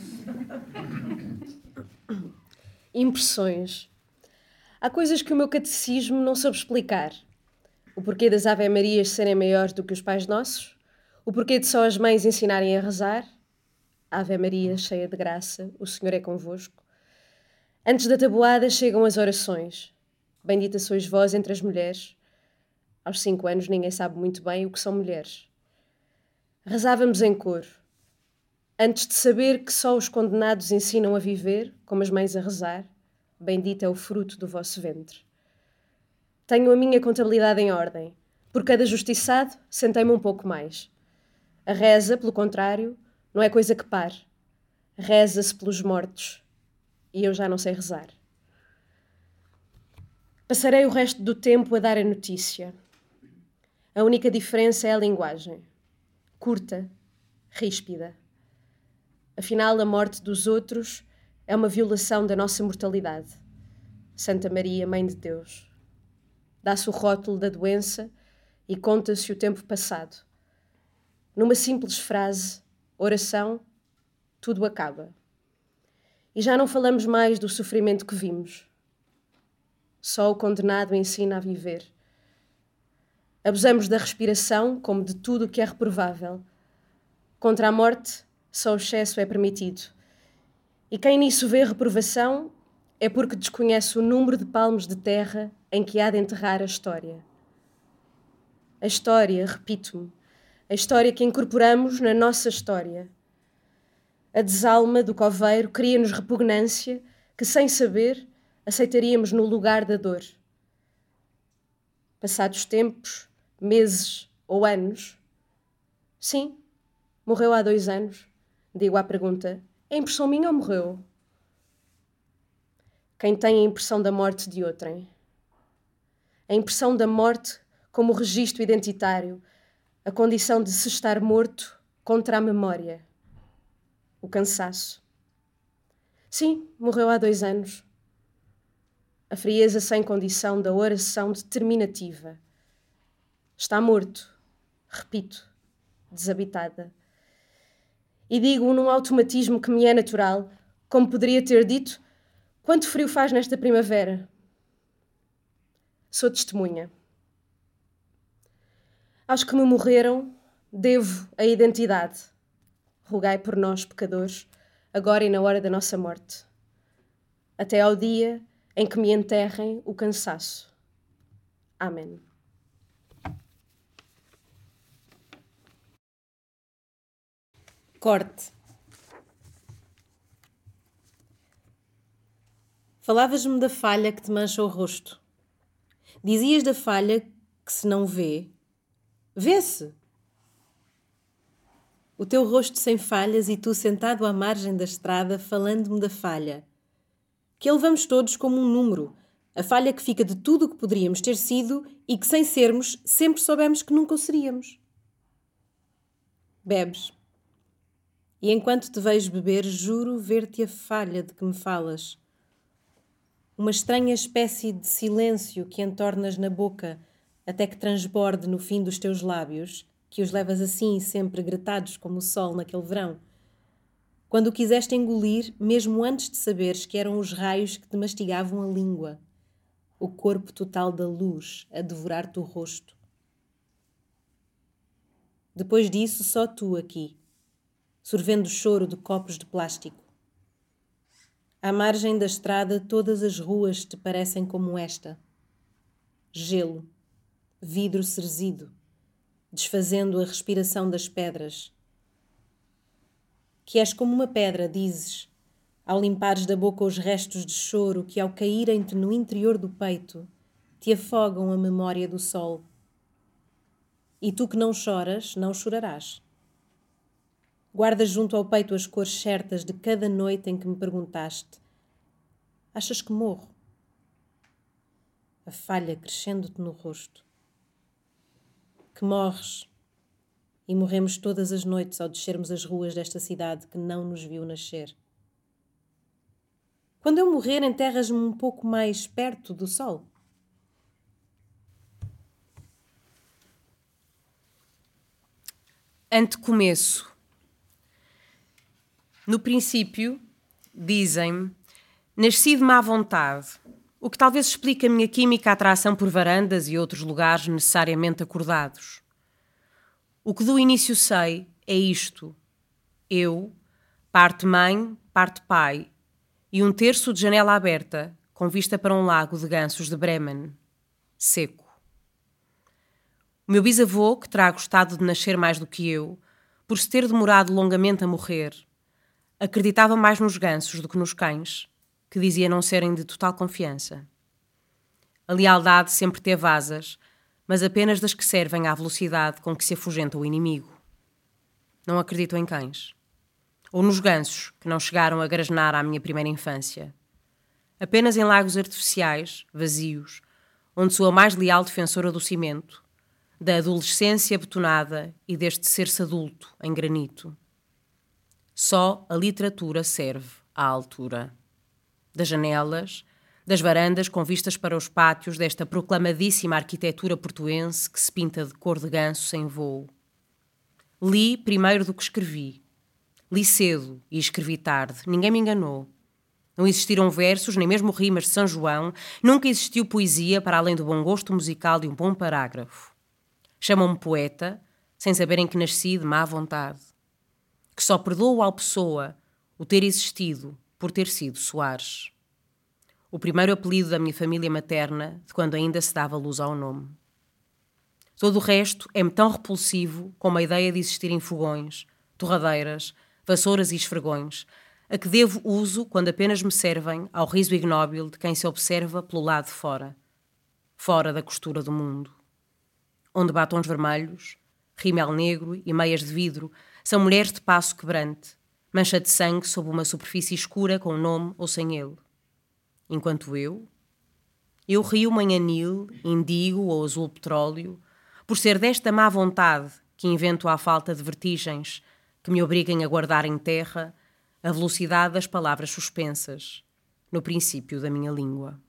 S4: Impressões. Há coisas que o meu catecismo não soube explicar. O porquê das Ave-Marias serem maiores do que os Pais Nossos. O porquê de só as mães ensinarem a rezar. Ave Maria, cheia de graça, o Senhor é convosco. Antes da tabuada chegam as orações. Bendita sois vós entre as mulheres. Aos cinco anos ninguém sabe muito bem o que são mulheres. Rezávamos em coro. Antes de saber que só os condenados ensinam a viver, como as mães a rezar, bendito é o fruto do vosso ventre. Tenho a minha contabilidade em ordem. Por cada justiçado, sentei-me um pouco mais. A reza, pelo contrário, não é coisa que pare. Reza-se pelos mortos. E eu já não sei rezar. Passarei o resto do tempo a dar a notícia. A única diferença é a linguagem. Curta, ríspida. Afinal, a morte dos outros é uma violação da nossa mortalidade. Santa Maria, Mãe de Deus. Dá-se o rótulo da doença e conta-se o tempo passado. Numa simples frase, oração, tudo acaba. E já não falamos mais do sofrimento que vimos. Só o condenado ensina a viver. Abusamos da respiração como de tudo o que é reprovável. Contra a morte, só o excesso é permitido. E quem nisso vê reprovação é porque desconhece o número de palmos de terra em que há de enterrar a história. A história, repito-me, a história que incorporamos na nossa história. A desalma do coveiro cria-nos repugnância que, sem saber, aceitaríamos no lugar da dor. Passados tempos, meses ou anos. Sim, morreu há dois anos. Digo à pergunta, é impressão minha ou morreu? Quem tem a impressão da morte de outrem. A impressão da morte como registro identitário, a condição de se estar morto contra a memória. O cansaço. Sim, morreu há dois anos. A frieza sem condição da oração determinativa. Está morto, repito, desabitada. E digo num automatismo que me é natural, como poderia ter dito, quanto frio faz nesta primavera? Sou testemunha. Aos que me morreram, devo a identidade. Rogai por nós, pecadores, agora e na hora da nossa morte. Até ao dia em que me enterrem o cansaço. Amém.
S3: Corte. Falavas-me da falha que te mancha o rosto. Dizias da falha que se não vê, vê-se. O teu rosto sem falhas e tu sentado à margem da estrada falando-me da falha. Que a levamos todos como um número, a falha que fica de tudo o que poderíamos ter sido e que sem sermos sempre soubemos que nunca o seríamos. Bebes. E enquanto te vejo beber, juro ver-te a falha de que me falas. Uma estranha espécie de silêncio que entornas na boca até que transborde no fim dos teus lábios, que os levas assim sempre gretados como o sol naquele verão. Quando o quiseste engolir, mesmo antes de saberes que eram os raios que te mastigavam a língua, o corpo total da luz a devorar-te o rosto. Depois disso, só tu aqui, sorvendo o choro de copos de plástico. À margem da estrada, todas as ruas te parecem como esta. Gelo, vidro cerzido, desfazendo a respiração das pedras. Que és como uma pedra, dizes, ao limpares da boca os restos de choro que, ao caírem-te no interior do peito, te afogam a memória do sol. E tu que não choras, não chorarás. Guardas junto ao peito as cores certas de cada noite em que me perguntaste: achas que morro? A falha crescendo-te no rosto. Que morres, e morremos todas as noites ao descermos as ruas desta cidade que não nos viu nascer. Quando eu morrer, enterras-me um pouco mais perto do sol.
S2: Antecomeço. No princípio, dizem-me, nasci de má vontade, o que talvez explique a minha química atração por varandas e outros lugares necessariamente acordados. O que do início sei é isto: eu, parte mãe, parte pai, e um terço de janela aberta, com vista para um lago de gansos de Bremen, seco. O meu bisavô, que terá gostado de nascer mais do que eu, por se ter demorado longamente a morrer, acreditava mais nos gansos do que nos cães, que dizia não serem de total confiança. A lealdade sempre teve asas, mas apenas das que servem à velocidade com que se afugenta o inimigo. Não acredito em cães. Ou nos gansos, que não chegaram a grasnar à minha primeira infância. Apenas em lagos artificiais, vazios, onde sou a mais leal defensora do cimento, da adolescência betonada e deste ser-se adulto em granito. Só a literatura serve à altura. Das janelas, das varandas com vistas para os pátios desta proclamadíssima arquitetura portuense que se pinta de cor de ganso sem voo. Li primeiro do que escrevi. Li cedo e escrevi tarde. Ninguém me enganou. Não existiram versos, nem mesmo rimas de São João. Nunca existiu poesia para além do bom gosto musical de um bom parágrafo. Chamam-me poeta, sem saberem que nasci de má vontade. Que só perdoo ao Pessoa o ter existido por ter sido Soares. O primeiro apelido da minha família materna, de quando ainda se dava luz ao nome. Todo o resto é-me tão repulsivo como a ideia de existirem fogões, torradeiras, vassouras e esfregões, a que devo uso quando apenas me servem ao riso ignóbil de quem se observa pelo lado de fora, fora da costura do mundo. Onde batons vermelhos, rímel negro e meias de vidro são mulheres de passo quebrante, mancha de sangue sob uma superfície escura com nome ou sem ele. Enquanto eu, eu rio-me em anil, indigo ou azul petróleo, por ser desta má vontade que invento à falta de vertigens que me obriguem a guardar em terra a velocidade das palavras suspensas, no princípio da minha língua.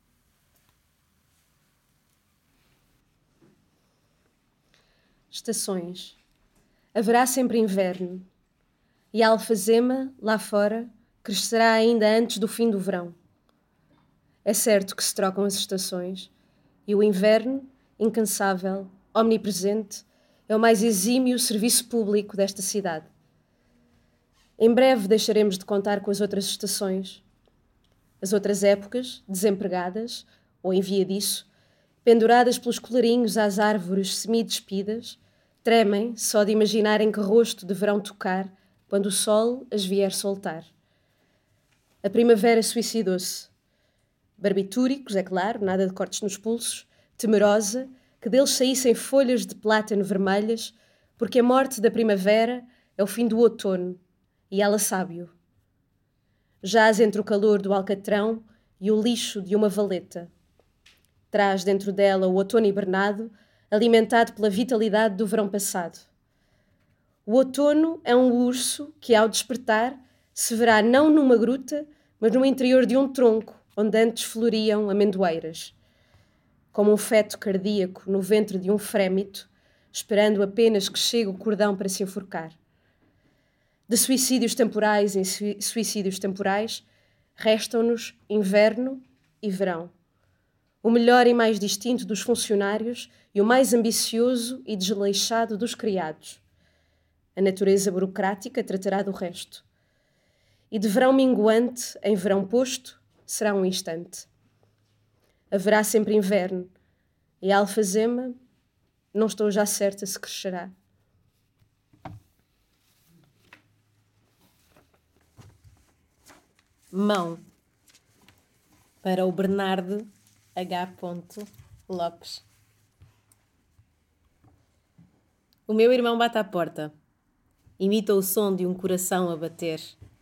S4: Estações. Haverá sempre inverno, e a alfazema, lá fora, crescerá ainda antes do fim do verão. É certo que se trocam as estações, e o inverno, incansável, omnipresente, é o mais exímio serviço público desta cidade. Em breve deixaremos de contar com as outras estações. As outras épocas, desempregadas, ou em via disso, penduradas pelos colarinhos às árvores semi-despidas, tremem só de imaginarem que rosto deverão tocar quando o sol as vier soltar. A primavera suicidou-se. Barbitúricos, é claro, nada de cortes nos pulsos, temerosa que deles saíssem folhas de plátano vermelhas, porque a morte da primavera é o fim do outono, e ela sabe-o. Jaz entre o calor do alcatrão e o lixo de uma valeta. Traz dentro dela o outono hibernado, alimentado pela vitalidade do verão passado. O outono é um urso que, ao despertar, se verá não numa gruta, mas no interior de um tronco, onde antes floriam amendoeiras. Como um feto cardíaco no ventre de um frémito, esperando apenas que chegue o cordão para se enforcar. De suicídios temporais em suicídios temporais, restam-nos inverno e verão. O melhor e mais distinto dos funcionários e o mais ambicioso e desleixado dos criados. A natureza burocrática tratará do resto. e de verão minguante em verão posto será um instante. Haverá sempre inverno, e a alfazema não estou já certa se crescerá.
S3: Mão, para o Bernardo H. Lopes. O meu irmão bate à porta. Imita o som de um coração a bater.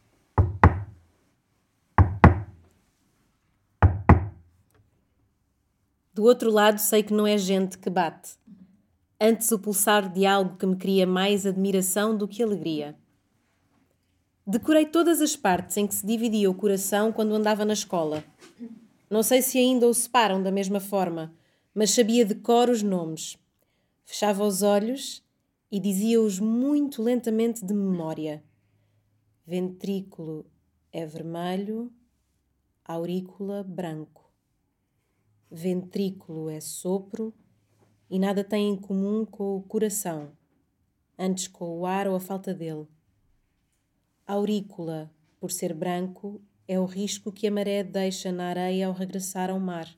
S3: Do outro lado sei que não é gente que bate. Antes o pulsar de algo que me cria mais admiração do que alegria. Decorei todas as partes em que se dividia o coração quando andava na escola. Não sei se ainda o separam da mesma forma, mas sabia de cor os nomes. Fechava os olhos e dizia-os muito lentamente de memória. Ventrículo é vermelho, aurícula branco. Ventrículo é sopro e nada tem em comum com o coração, antes com o ar ou a falta dele. Aurícula, por ser branco, é o risco que a maré deixa na areia ao regressar ao mar.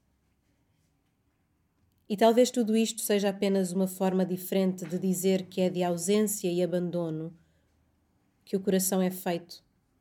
S3: E talvez tudo isto seja apenas uma forma diferente de dizer que é de ausência e abandono que o coração é feito.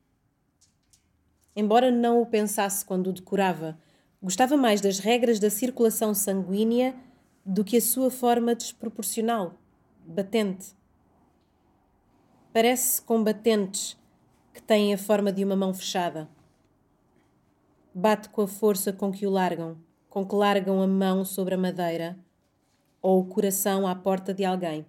S3: Embora não o pensasse quando o decorava, gostava mais das regras da circulação sanguínea do que a sua forma desproporcional, batente. Parece com batentes que têm a forma de uma mão fechada. Bate com a força com que o largam, com que largam a mão sobre a madeira ou o coração à porta de alguém.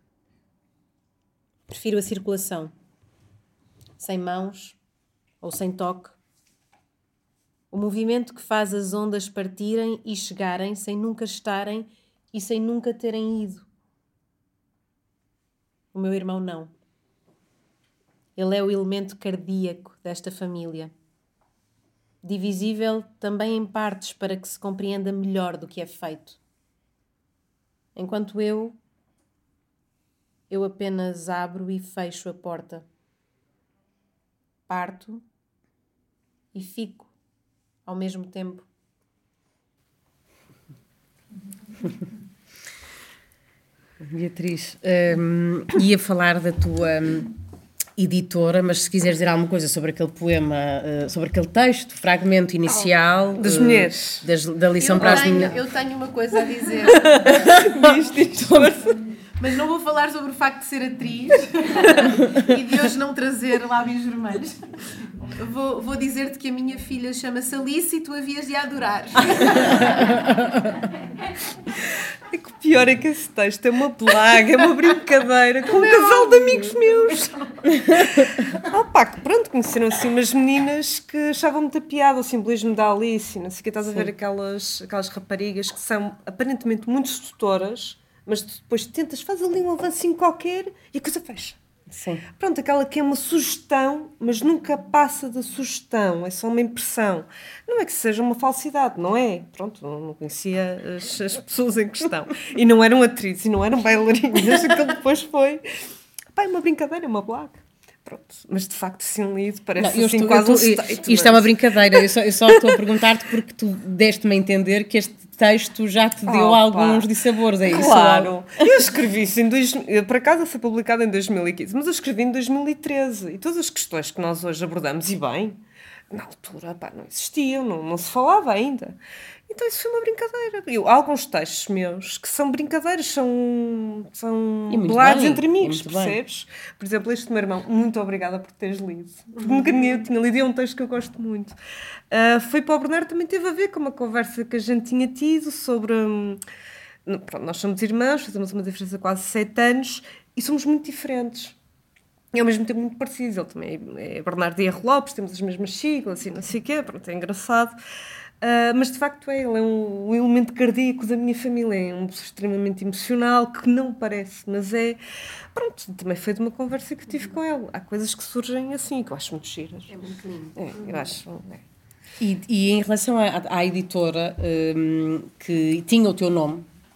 S3: Prefiro a circulação. Sem mãos ou sem toque. O movimento que faz as ondas partirem e chegarem sem nunca estarem e sem nunca terem ido. O meu irmão não. Ele é o elemento cardíaco desta família. Divisível também em partes para que se compreenda melhor do que é feito. Enquanto eu, eu apenas abro e fecho a porta. Parto e fico ao mesmo tempo.
S2: Beatriz, hum, ia falar da tua hum, editora, mas se quiseres dizer alguma coisa sobre aquele poema, uh, sobre aquele texto, fragmento inicial
S5: das
S2: uh,
S5: mulheres,
S2: das, da lição
S6: eu
S2: para as
S6: tenho,
S2: mulheres.
S6: eu tenho uma coisa a dizer.
S5: Diz, diz, força.
S6: Mas não vou falar sobre o facto de ser atriz e de hoje não trazer lábios vermelhos. Vou, vou dizer-te que a minha filha chama-se Alice e tu havias de a adorar.
S5: É que o pior é que esse texto é uma plaga, é uma brincadeira com um casal de amigos meus. Ah pá, que pronto, conheceram assim umas meninas que achavam muita piada o simbolismo da Alice, não sei o que, estás a ver aquelas, aquelas raparigas que são aparentemente muito sedutoras, mas depois tentas, faz ali um avancinho qualquer e a coisa fecha.
S2: Sim.
S5: Pronto, aquela que é uma sugestão, mas nunca passa da sugestão, é só uma impressão. Não é que seja uma falsidade, não é? Pronto, não conhecia as, as pessoas em questão. E não eram atrizes, e não eram bailarinas, aquilo depois foi... Pá, é uma brincadeira, é uma blaga. Pronto, mas de facto, assim lido, parece
S2: Não,
S5: assim
S2: estou,
S5: quase
S2: eu
S5: um
S2: estou,
S5: statement.
S2: Isto é uma brincadeira, eu só, eu só estou a perguntar-te porque tu deste-me a entender que este texto já te deu
S5: Oh,
S2: alguns
S5: pá.
S2: dissabores, é isso?
S5: Claro, eu escrevi isso em dois, por acaso foi publicado em dois mil e quinze, mas eu escrevi em dois mil e treze e todas as questões que nós hoje abordamos, e bem, na altura pá, não existiam, não, não se falava ainda. Então isso foi uma brincadeira. Eu, há alguns textos meus que são brincadeiras, são, são bolados entre amigos, percebes? Bem. Por exemplo, este meu irmão, muito obrigada por teres lido. Porque nunca ninguém tinha lido, é um texto que eu gosto muito. Uh, foi para o Bernardo, também teve a ver com uma conversa que a gente tinha tido sobre... Um, pronto, nós somos irmãos, fazemos uma diferença de quase sete anos e somos muito diferentes. E ao mesmo tempo muito parecidos. Ele também é Bernardo R. Lopes, temos as mesmas siglas e não sei o quê, pronto, é engraçado. Uh, mas de facto é, ele é um, um elemento cardíaco da minha família, é um pessoa extremamente emocional, que não parece, mas é, pronto, também foi de uma conversa que tive com ele. Há coisas que surgem assim, que eu acho muito giras.
S6: É muito lindo.
S5: É, eu acho, é.
S2: E, e em relação à, à editora um, que tinha o teu nome,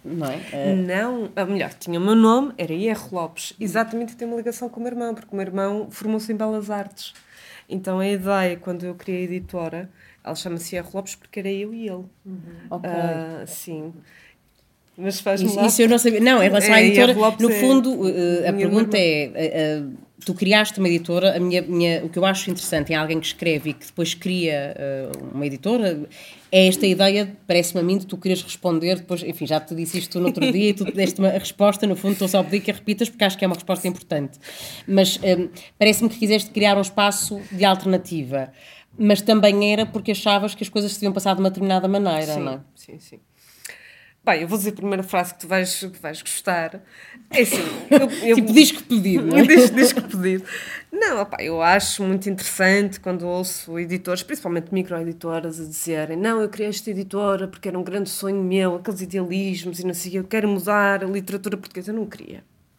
S7: não é? Uh...
S5: Não, a melhor, tinha o meu nome, era I R Lopes, exatamente, tem uma ligação com o meu irmão, porque o meu irmão formou-se em Belas Artes. Então a ideia, quando eu criei a editora, ela chama-se I R Lopes porque era eu e ele.
S7: Uhum. Ok.
S5: Uh, sim. Mas faz-me
S7: isso,
S5: lá...
S7: isso eu não sabia. Não, em relação
S5: é,
S7: à editora, no
S5: é...
S7: fundo, uh, a pergunta é... Uh, uh, tu criaste uma editora, a minha, minha, o que eu acho interessante em alguém que escreve e que depois cria uh, uma editora é esta ideia, parece-me a mim, de tu queres responder depois, enfim, já te disse isto no outro dia e tu deste uma resposta, no fundo estou só a pedir que a repitas porque acho que é uma resposta importante, mas um, parece-me que quiseste criar um espaço de alternativa, mas também era porque achavas que as coisas se deviam passar de uma determinada maneira,
S5: sim,
S7: não é?
S5: Sim, sim. Bem, eu vou dizer a primeira frase que tu vais, que vais gostar. É assim... Eu, eu,
S7: tipo disco pedido, não é?
S5: disco, disco pedido. Não, opá, eu acho muito interessante quando ouço editores, principalmente microeditoras, a dizerem não, eu criei esta editora porque era um grande sonho meu, aqueles idealismos e não sei o que, eu quero mudar a literatura portuguesa. Eu não queria.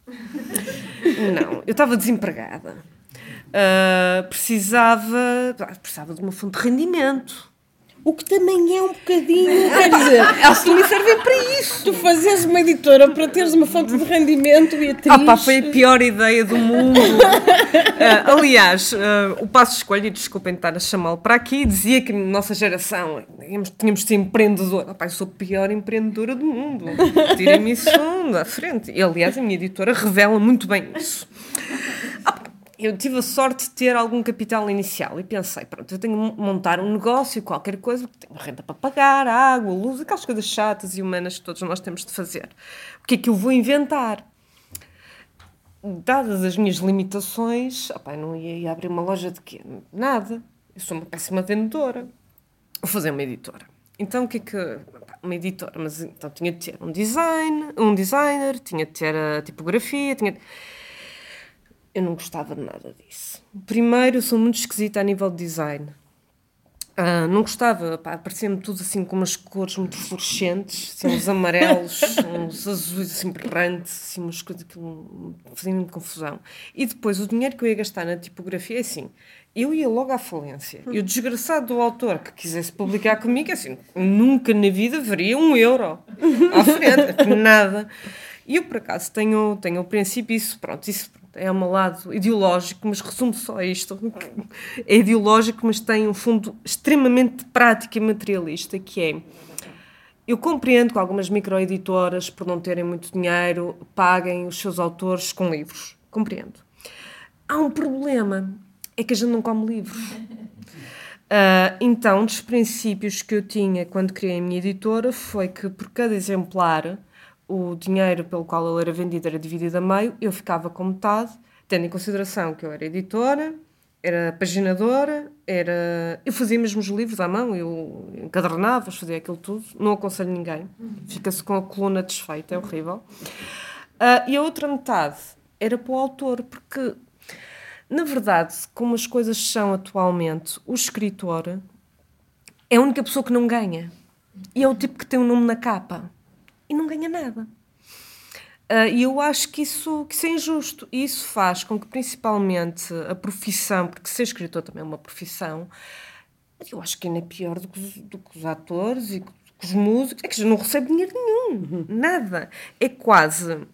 S5: Não, eu estava desempregada. Uh, precisava, precisava de uma fonte de rendimento.
S7: O que também é um bocadinho, quer dizer,
S5: elas também servem para isso.
S7: Tu fazes uma editora para teres uma fonte de rendimento, Beatriz.
S5: Ah pá, foi a pior ideia do mundo. uh, aliás, uh, o Passos Coelho, e desculpem estar a chamá-lo para aqui, dizia que na nossa geração tínhamos, tínhamos de ser empreendedora. Ah pá, eu sou a pior empreendedora do mundo. Tirem-me isso da frente. E, aliás, a minha editora revela muito bem isso. Eu tive a sorte de ter algum capital inicial e pensei, pronto, eu tenho de montar um negócio, qualquer coisa, porque tenho renda para pagar, água, luz, aquelas coisas chatas e humanas que todos nós temos de fazer. O que é que eu vou inventar? Dadas as minhas limitações, opa, eu não ia, ia abrir uma loja de quê? Nada. Eu sou uma péssima vendedora. Vou fazer uma editora. Então, o que é que... Uma editora, mas então tinha de ter um design, um designer, tinha de ter a tipografia, tinha de... Eu não gostava de nada disso. Primeiro, eu sou muito esquisita a nível de design. Uh, não gostava, pá, parecia-me tudo assim com umas cores muito fluorescentes, assim, uns amarelos, uns azuis assim berrantes, assim, umas coisas que faziam-me confusão. E depois, o dinheiro que eu ia gastar na tipografia é assim, eu ia logo à falência. E o desgraçado do autor que quisesse publicar comigo, assim, nunca na vida veria um euro à frente, nada. E eu, por acaso, tenho, tenho o princípio, isso, pronto, isso é um lado ideológico, mas resumo só isto. É ideológico, mas tem um fundo extremamente prático e materialista, que é... Eu compreendo que algumas microeditoras, por não terem muito dinheiro, paguem os seus autores com livros. Compreendo. Há um problema, é que a gente não come livros. Uh, então, um dos princípios que eu tinha quando criei a minha editora foi que, por cada exemplar... o dinheiro pelo qual ele era vendido era dividido a meio, eu ficava com metade, tendo em consideração que eu era editora, era paginadora, era... eu fazia mesmo os livros à mão, eu encadernava, fazia aquilo tudo, não aconselho ninguém, fica-se com a coluna desfeita, é horrível. Uh, e a outra metade era para o autor, porque, na verdade, como as coisas são atualmente, o escritor é a única pessoa que não ganha, e é o tipo que tem um nome na capa. E não ganha nada. Uh, e eu acho que isso, que isso é injusto. E isso faz com que, principalmente, a profissão, porque ser escritor também é uma profissão, eu acho que ainda é pior do que os, do que os atores e do que os músicos. É que já não recebe dinheiro nenhum. Nada. É quase... Uh,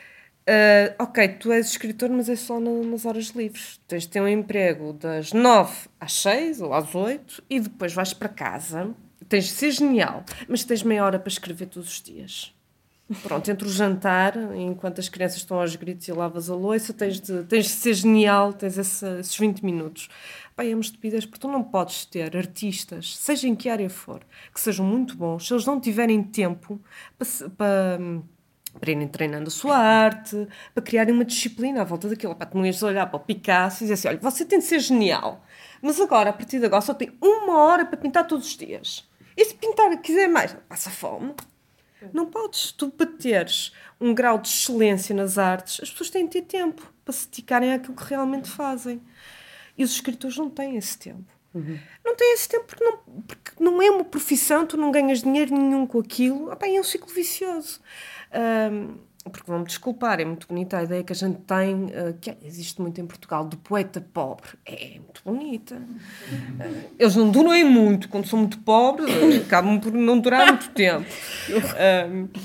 S5: ok, tu és escritor, mas é só no, nas horas livres. Tens de ter um emprego das nove às seis ou às oito e depois vais para casa... Tens de ser genial, mas tens meia hora para escrever todos os dias. Pronto, entre o jantar, enquanto as crianças estão aos gritos e lavas a louça, tens de, tens de ser genial, tens esse, esses vinte minutos. Bem, é uma estupidez, porque tu não podes ter artistas, seja em que área for, que sejam muito bons, se eles não tiverem tempo para, para, para irem treinando a sua arte, para criarem uma disciplina à volta daquilo. Pá, tu não ias olhar para o Picasso e dizer assim, olha, você tem de ser genial, mas agora, a partir de agora, só tem uma hora para pintar todos os dias. E se pintar quiser mais, passa fome. Não podes. Tu, para teres um grau de excelência nas artes, as pessoas têm de ter tempo para se dedicarem àquilo que realmente fazem. E os escritores não têm esse tempo. Uhum. Não têm esse tempo porque não, porque não é uma profissão, tu não ganhas dinheiro nenhum com aquilo. Ah, bem, é um ciclo vicioso. Um, porque vão-me desculpar, é muito bonita a ideia que a gente tem, uh, que existe muito em Portugal, do poeta pobre. É muito bonita. Uh, eles não duram muito, quando são muito pobres, acabam por não durar muito tempo. Uh,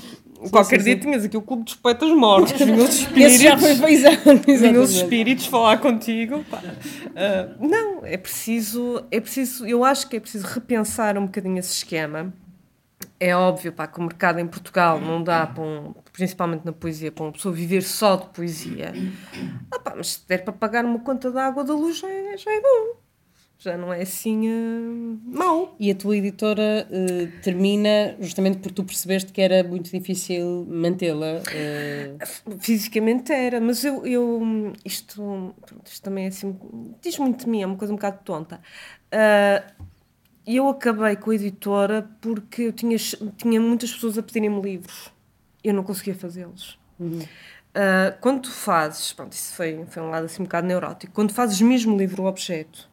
S5: sim, qualquer sim, dia sim. tinhas aqui o Clube dos Poetas Mortos, vinham os espíritos,
S7: já foi
S5: vinham os espíritos falar contigo. Uh, não, é preciso, é preciso, eu acho que é preciso repensar um bocadinho esse esquema. É óbvio, pá, que o mercado em Portugal não dá, para um, principalmente na poesia, para uma pessoa viver só de poesia. Ah, pá, mas se der para pagar uma conta de água da luz, já é, já é bom. Já não é assim uh, mau.
S7: E a tua editora uh, termina justamente porque tu percebeste que era muito difícil mantê-la? Uh...
S5: Fisicamente era, mas eu, eu isto, isto também é assim, diz muito de mim, é uma coisa um bocado tonta. Uh, E eu acabei com a editora porque eu tinha, tinha muitas pessoas a pedirem-me livros. Eu não conseguia fazê-los. Uhum. Uh, quando tu fazes... Pronto, isso foi, foi um lado assim um bocado neurótico. Quando fazes mesmo livro-objeto,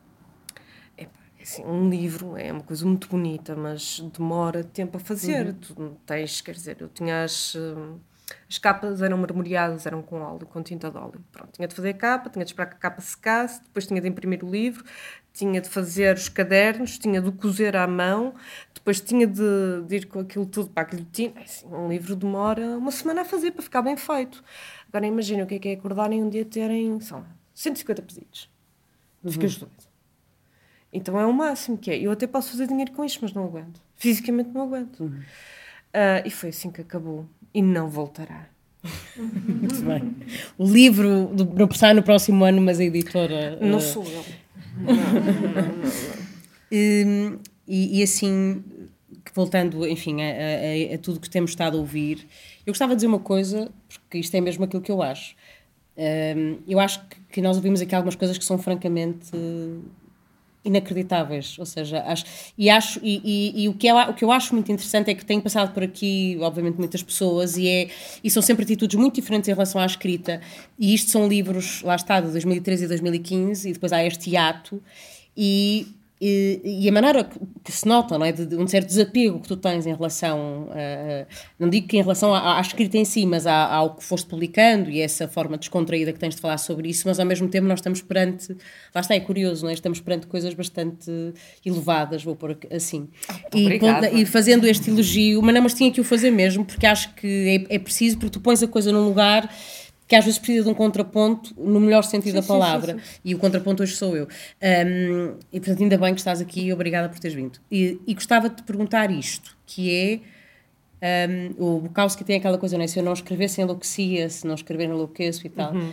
S5: é, assim, um livro é uma coisa muito bonita, mas demora tempo a fazer. Uhum. Tu tens, quer dizer, eu tinha as... Uh, as capas eram marmoreadas, eram com óleo, com tinta de óleo. Pronto, tinha de fazer a capa, tinha de esperar que a capa secasse, depois tinha de imprimir o livro, tinha de fazer os cadernos, tinha de cozer à mão, depois tinha de, de ir com aquilo tudo para aquilo tinta. Assim, um livro demora uma semana a fazer para ficar bem feito. Agora imagina o que é que é acordarem um dia terem, são cento e cinquenta pedidos. Uhum. Ficas doido. Então é o máximo que é. Eu até posso fazer dinheiro com isto, mas não aguento. Fisicamente não aguento. Uhum. Uh, e foi assim que acabou. E não voltará.
S7: Muito bem. O livro do, não sai no próximo ano, mas a editora...
S5: Não
S7: uh...
S5: sou eu. Não, não, não, não.
S7: Um, e, e assim, voltando, enfim, a, a, a tudo que temos estado a ouvir, eu gostava de dizer uma coisa, porque isto é mesmo aquilo que eu acho. Um, eu acho que, que nós ouvimos aqui algumas coisas que são francamente... Uh, inacreditáveis, ou seja, acho, e, acho, e, e, e o, que eu, o que eu acho muito interessante é que tenho passado por aqui, obviamente, muitas pessoas, e, é, e são sempre atitudes muito diferentes em relação à escrita, e isto são livros, lá está, de dois mil e treze e dois mil e quinze, e depois há este hiato, e, e, e a maneira que se nota, não é, de, de um certo desapego que tu tens em relação, a, não digo que em relação à, à escrita em si, mas à, ao que foste publicando, e essa forma descontraída que tens de falar sobre isso, mas ao mesmo tempo nós estamos perante, lá está, é curioso, não é? Estamos perante coisas bastante elevadas, vou pôr assim. E, ponto, e fazendo este elogio, mas não, mas tinha que o fazer mesmo, porque acho que é, é preciso, porque tu pões a coisa num lugar que às vezes precisa de um contraponto no melhor sentido sim, da palavra, sim, sim, sim. E o contraponto hoje sou eu. Um, e portanto ainda bem que estás aqui e obrigada por teres vindo. E, e gostava de te perguntar isto, que é, um, o Bukowski tem aquela coisa, não é? Se eu não escrevesse enlouquecia, se não escrever enlouqueço e tal. Uhum.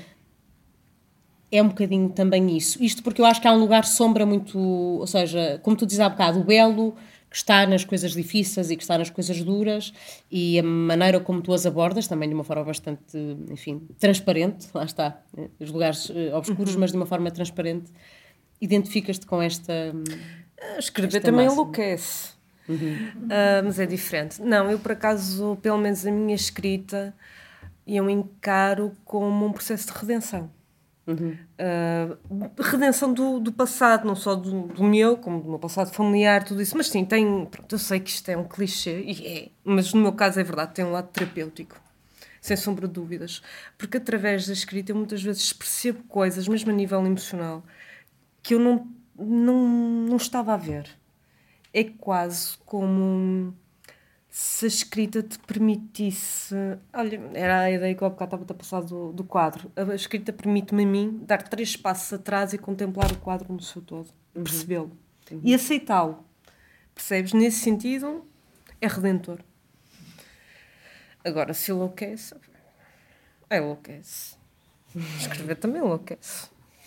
S7: É um bocadinho também isso. Isto porque eu acho que há um lugar sombra muito, ou seja, como tu dizes há bocado, o belo que está nas coisas difíceis e que está nas coisas duras, e a maneira como tu as abordas, também de uma forma bastante, enfim, transparente, lá está, os lugares uh, obscuros, uhum. mas de uma forma transparente, identificas-te com esta...
S5: Escrever
S7: esta
S5: também
S7: máxima.
S5: Enlouquece, uhum. uh, mas é diferente. Não, eu por acaso, pelo menos a minha escrita, eu encaro como um processo de redenção. Uhum. Uh, redenção do, do passado, não só do, do meu, como do meu passado familiar, tudo isso, mas sim, tem, pronto, eu sei que isto é um clichê, e é, mas no meu caso é verdade, tem um lado terapêutico, sem sombra de dúvidas, porque através da escrita eu muitas vezes percebo coisas, mesmo a nível emocional, que eu não, não, não estava a ver. É quase como se a escrita te permitisse... Olha, era a ideia que eu há bocado estava a passar do, do quadro. A escrita permite-me a mim dar três passos atrás e contemplar o quadro no seu todo. Uhum. Percebê-lo. Uhum. E aceitá-lo. Percebes? Nesse sentido, é redentor. Agora, se enlouquece... É enlouquece. Escrever também enlouquece.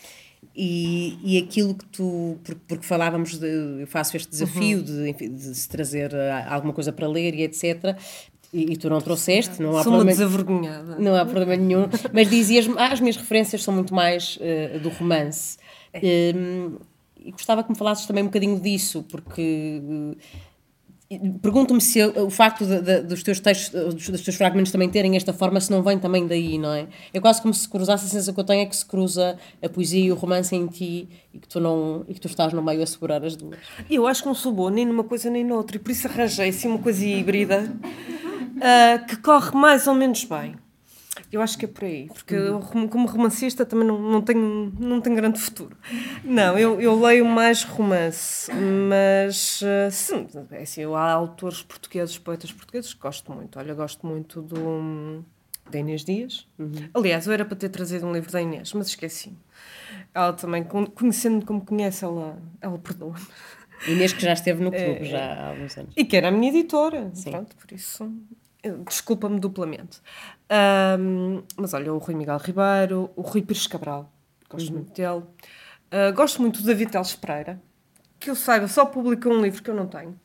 S7: E, e aquilo que tu, porque, porque falávamos de, eu faço este desafio uhum. de, enfim, de se trazer alguma coisa para ler e etcétera, e, e tu não trouxeste, não há
S5: Sou
S7: problema,
S5: uma desavergonhada.
S7: Não há problema nenhum, mas dizias-me, ah, as minhas referências são muito mais uh, do romance, é. um, e gostava que me falasses também um bocadinho disso, porque... Uh, pergunto-me se o facto de, de, dos teus textos, dos, dos teus fragmentos também terem esta forma, se não vem também daí, não é? É quase como se cruzasse, a sensação que eu tenho é que se cruza a poesia e o romance em ti e que tu, não, e que tu estás no meio a segurar as duas.
S5: Eu acho que não sou boa nem numa coisa nem noutra, e por isso arranjei assim uma coisa híbrida uh, que corre mais ou menos bem. Eu acho que é por aí, porque eu, como romancista também não, não, tenho, não tenho grande futuro. Não, eu, eu leio mais romance, mas sim, é assim, eu, há autores portugueses, poetas portugueses que gosto muito. Olha, gosto muito do, da Inês Dias. Uhum. Aliás, eu era para ter trazido um livro da Inês, mas esqueci-me. Ela também, conhecendo como conhece, ela, ela perdoa-me.
S7: Inês que já esteve no clube
S5: é,
S7: já há alguns anos.
S5: E que era a minha editora,
S7: sim.
S5: Pronto, por isso... Desculpa-me duplamente. Um, mas olha, o Rui Miguel Ribeiro, o Rui Pires Cabral, gosto uhum. muito dele. Uh, gosto muito do David Teles Pereira, que eu saiba, só publicou um livro que eu não tenho.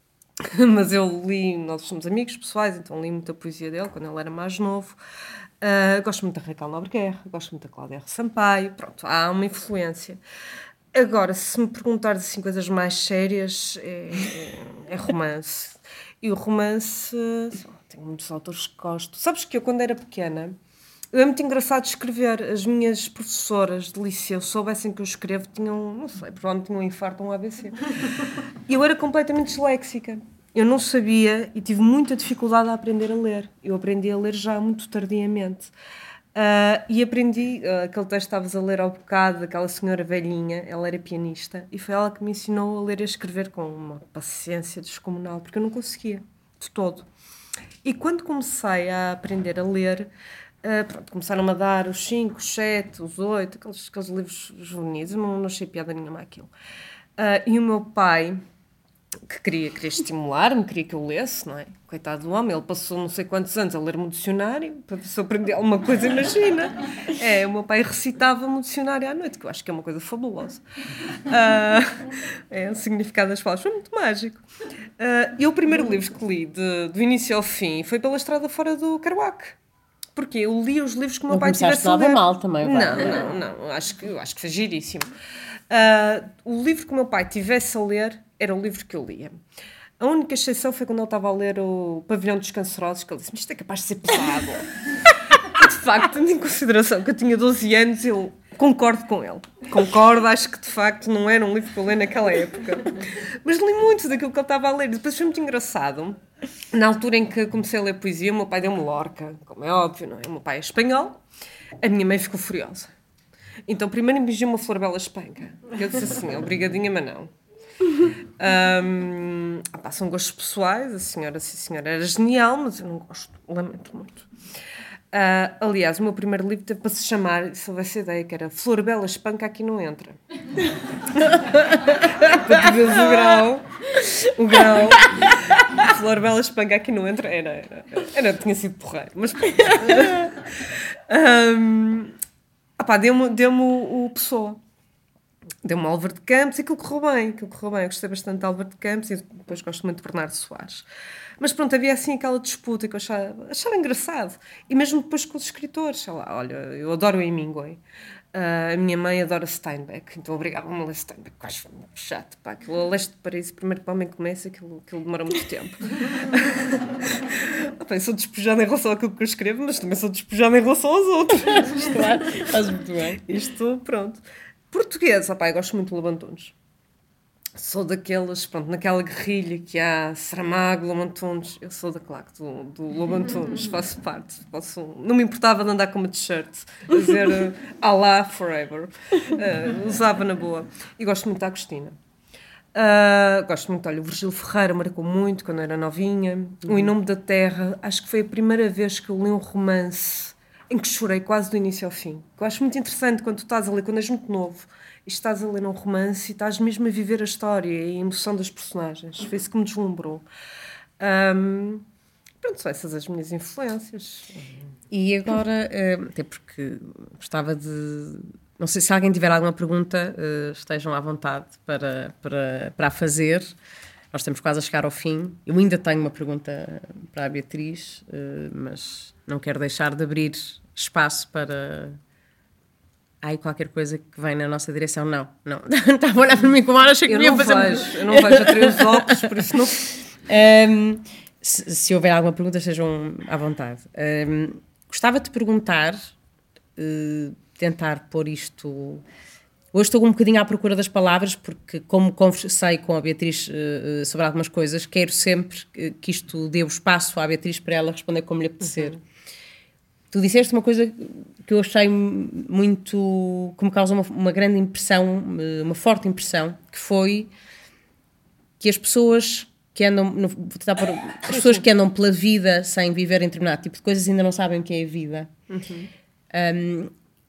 S5: Mas eu li, nós somos amigos pessoais, então li muita poesia dele quando ele era mais novo. Uh, gosto muito da Raquel Nobre Guerra, gosto muito da Cláudia R. Sampaio. Pronto, há uma influência. Agora, se me perguntares assim, coisas mais sérias, é, é, é romance. E o romance... Tenho muitos autores que gosto. Sabes que eu, quando era pequena, eu é muito engraçado escrever. As minhas professoras de liceu soubessem que eu escrevo, tinham, não sei, provavelmente tinham um infarto ou um A V C. E eu era completamente disléxica. Eu não sabia e tive muita dificuldade a aprender a ler. Eu aprendi a ler já muito tardiamente. Uh, e aprendi, uh, aquele texto que estavas a ler ao bocado, daquela senhora velhinha, ela era pianista, e foi ela que me ensinou a ler e a escrever com uma paciência descomunal, porque eu não conseguia, de todo. E quando comecei a aprender a ler, uh, pronto, começaram-me a dar os cinco, os sete, os oito, aqueles, aqueles livros juvenis, eu não, não achei piada nenhuma àquilo. Uh, e o meu pai, que queria, queria estimular-me, queria que eu lesse, não é? Coitado do homem, ele passou não sei quantos anos a ler-me o dicionário, para ver se eu aprendi alguma coisa, imagina. É, o meu pai recitava-me o dicionário à noite, que eu acho que é uma coisa fabulosa. Uh, é, o significado das palavras foi muito mágico. Uh, e o primeiro livro que li, de, do início ao fim, foi Pela Estrada Fora do Kerouac. Porque eu li os livros que o meu
S7: não
S5: pai tivesse a ler.
S7: Mal também, vai.
S5: Não, não, não, acho que, acho que foi giríssimo. Uh, o livro que o meu pai tivesse a ler era o livro que eu lia. A única exceção foi quando ele estava a ler o Pavilhão dos Cancerosos, que ele disse, mas isto é capaz de ser pesado. E, de facto, tendo em consideração que eu tinha doze anos, eu concordo com ele. Concordo, acho que, de facto, não era um livro que eu li naquela época. Mas li muito daquilo que ele estava a ler. Depois foi muito engraçado. Na altura em que comecei a ler poesia, o meu pai deu-me Lorca, como é óbvio, não é? O meu pai é espanhol, a minha mãe ficou furiosa. Então, primeiro impingiu uma Florbela Espanca. Eu disse assim, obrigadinha, mas não. Um, opa, são gostos pessoais, a senhora, sim, a senhora era genial, mas eu não gosto, lamento muito. Uh, aliás, o meu primeiro livro teve para se chamar, se houvesse ideia, que era Florbela Espanca aqui não entra. Para tu veres o grau, o grau, Florbela Espanca aqui não entra, era, era, era, tinha sido porreiro, mas um, opa, deu-me, deu-me o, o Pessoa. Deu-me Álvaro de Campos e aquilo correu bem, aquilo correu bem. Eu gostei bastante de Álvaro de Campos e depois gosto muito de Bernardo Soares. Mas pronto, havia assim aquela disputa que eu achava, achava engraçado. E mesmo depois com os escritores, sei lá, olha, eu adoro o Hemingway. Uh, a minha mãe adora Steinbeck, então obrigava-me a ler Steinbeck, que acho muito chato. Pá, aquilo a Leste de Paris, primeiro que o homem começa, aquilo, aquilo demora muito tempo. Opa, eu sou despojada em relação àquilo que eu escrevo, mas também sou despojada em relação aos outros.
S7: Claro, faz muito bem.
S5: Isto, pronto. Português, opá, eu gosto muito de Lobo Antunes. Sou daqueles, pronto, naquela guerrilha que há Saramago, Lobo Antunes, eu sou da claque do, do Lobo Antunes, faço parte. Posso, não me importava de andar com uma t-shirt, a dizer uh, Allah forever. Uh, usava na boa. E gosto muito da Agostina. Uh, gosto muito, olha, o Virgílio Ferreira marcou muito quando eu era novinha. Uhum. O Em Nome da Terra, acho que foi a primeira vez que eu li um romance em que chorei quase do início ao fim. Eu acho muito interessante quando tu estás a ler, quando és muito novo, e estás a ler um romance e estás mesmo a viver a história e a emoção das personagens. Foi isso que me deslumbrou. Um, pronto, são essas as minhas influências.
S2: E agora, até porque gostava de... Não sei se alguém tiver alguma pergunta, estejam à vontade para, para, para a fazer. Nós estamos quase a chegar ao fim. Eu ainda tenho uma pergunta para a Beatriz, mas não quero deixar de abrir espaço para... Há aí qualquer coisa que vem na nossa direção? Não, não. Estava a olhar para mim com uma achei que
S5: eu
S2: ia
S5: não
S2: fazer...
S5: Vejo, eu não vejo a ter os óculos, por isso não...
S2: Um, se, se houver alguma pergunta, estejam à vontade. Um, gostava de perguntar, uh, tentar pôr isto... Hoje estou um bocadinho à procura das palavras, porque como conversei com a Beatriz uh, sobre algumas coisas, quero sempre que isto dê o espaço à Beatriz para ela responder como lhe apetecer. Uhum.
S7: tu disseste uma coisa que eu achei muito, que me causa uma, uma grande impressão, uma forte impressão, que foi que as pessoas que andam, no, as pessoas que andam pela vida sem viver em determinado tipo de coisas ainda não sabem o que é a vida. Uhum. Um,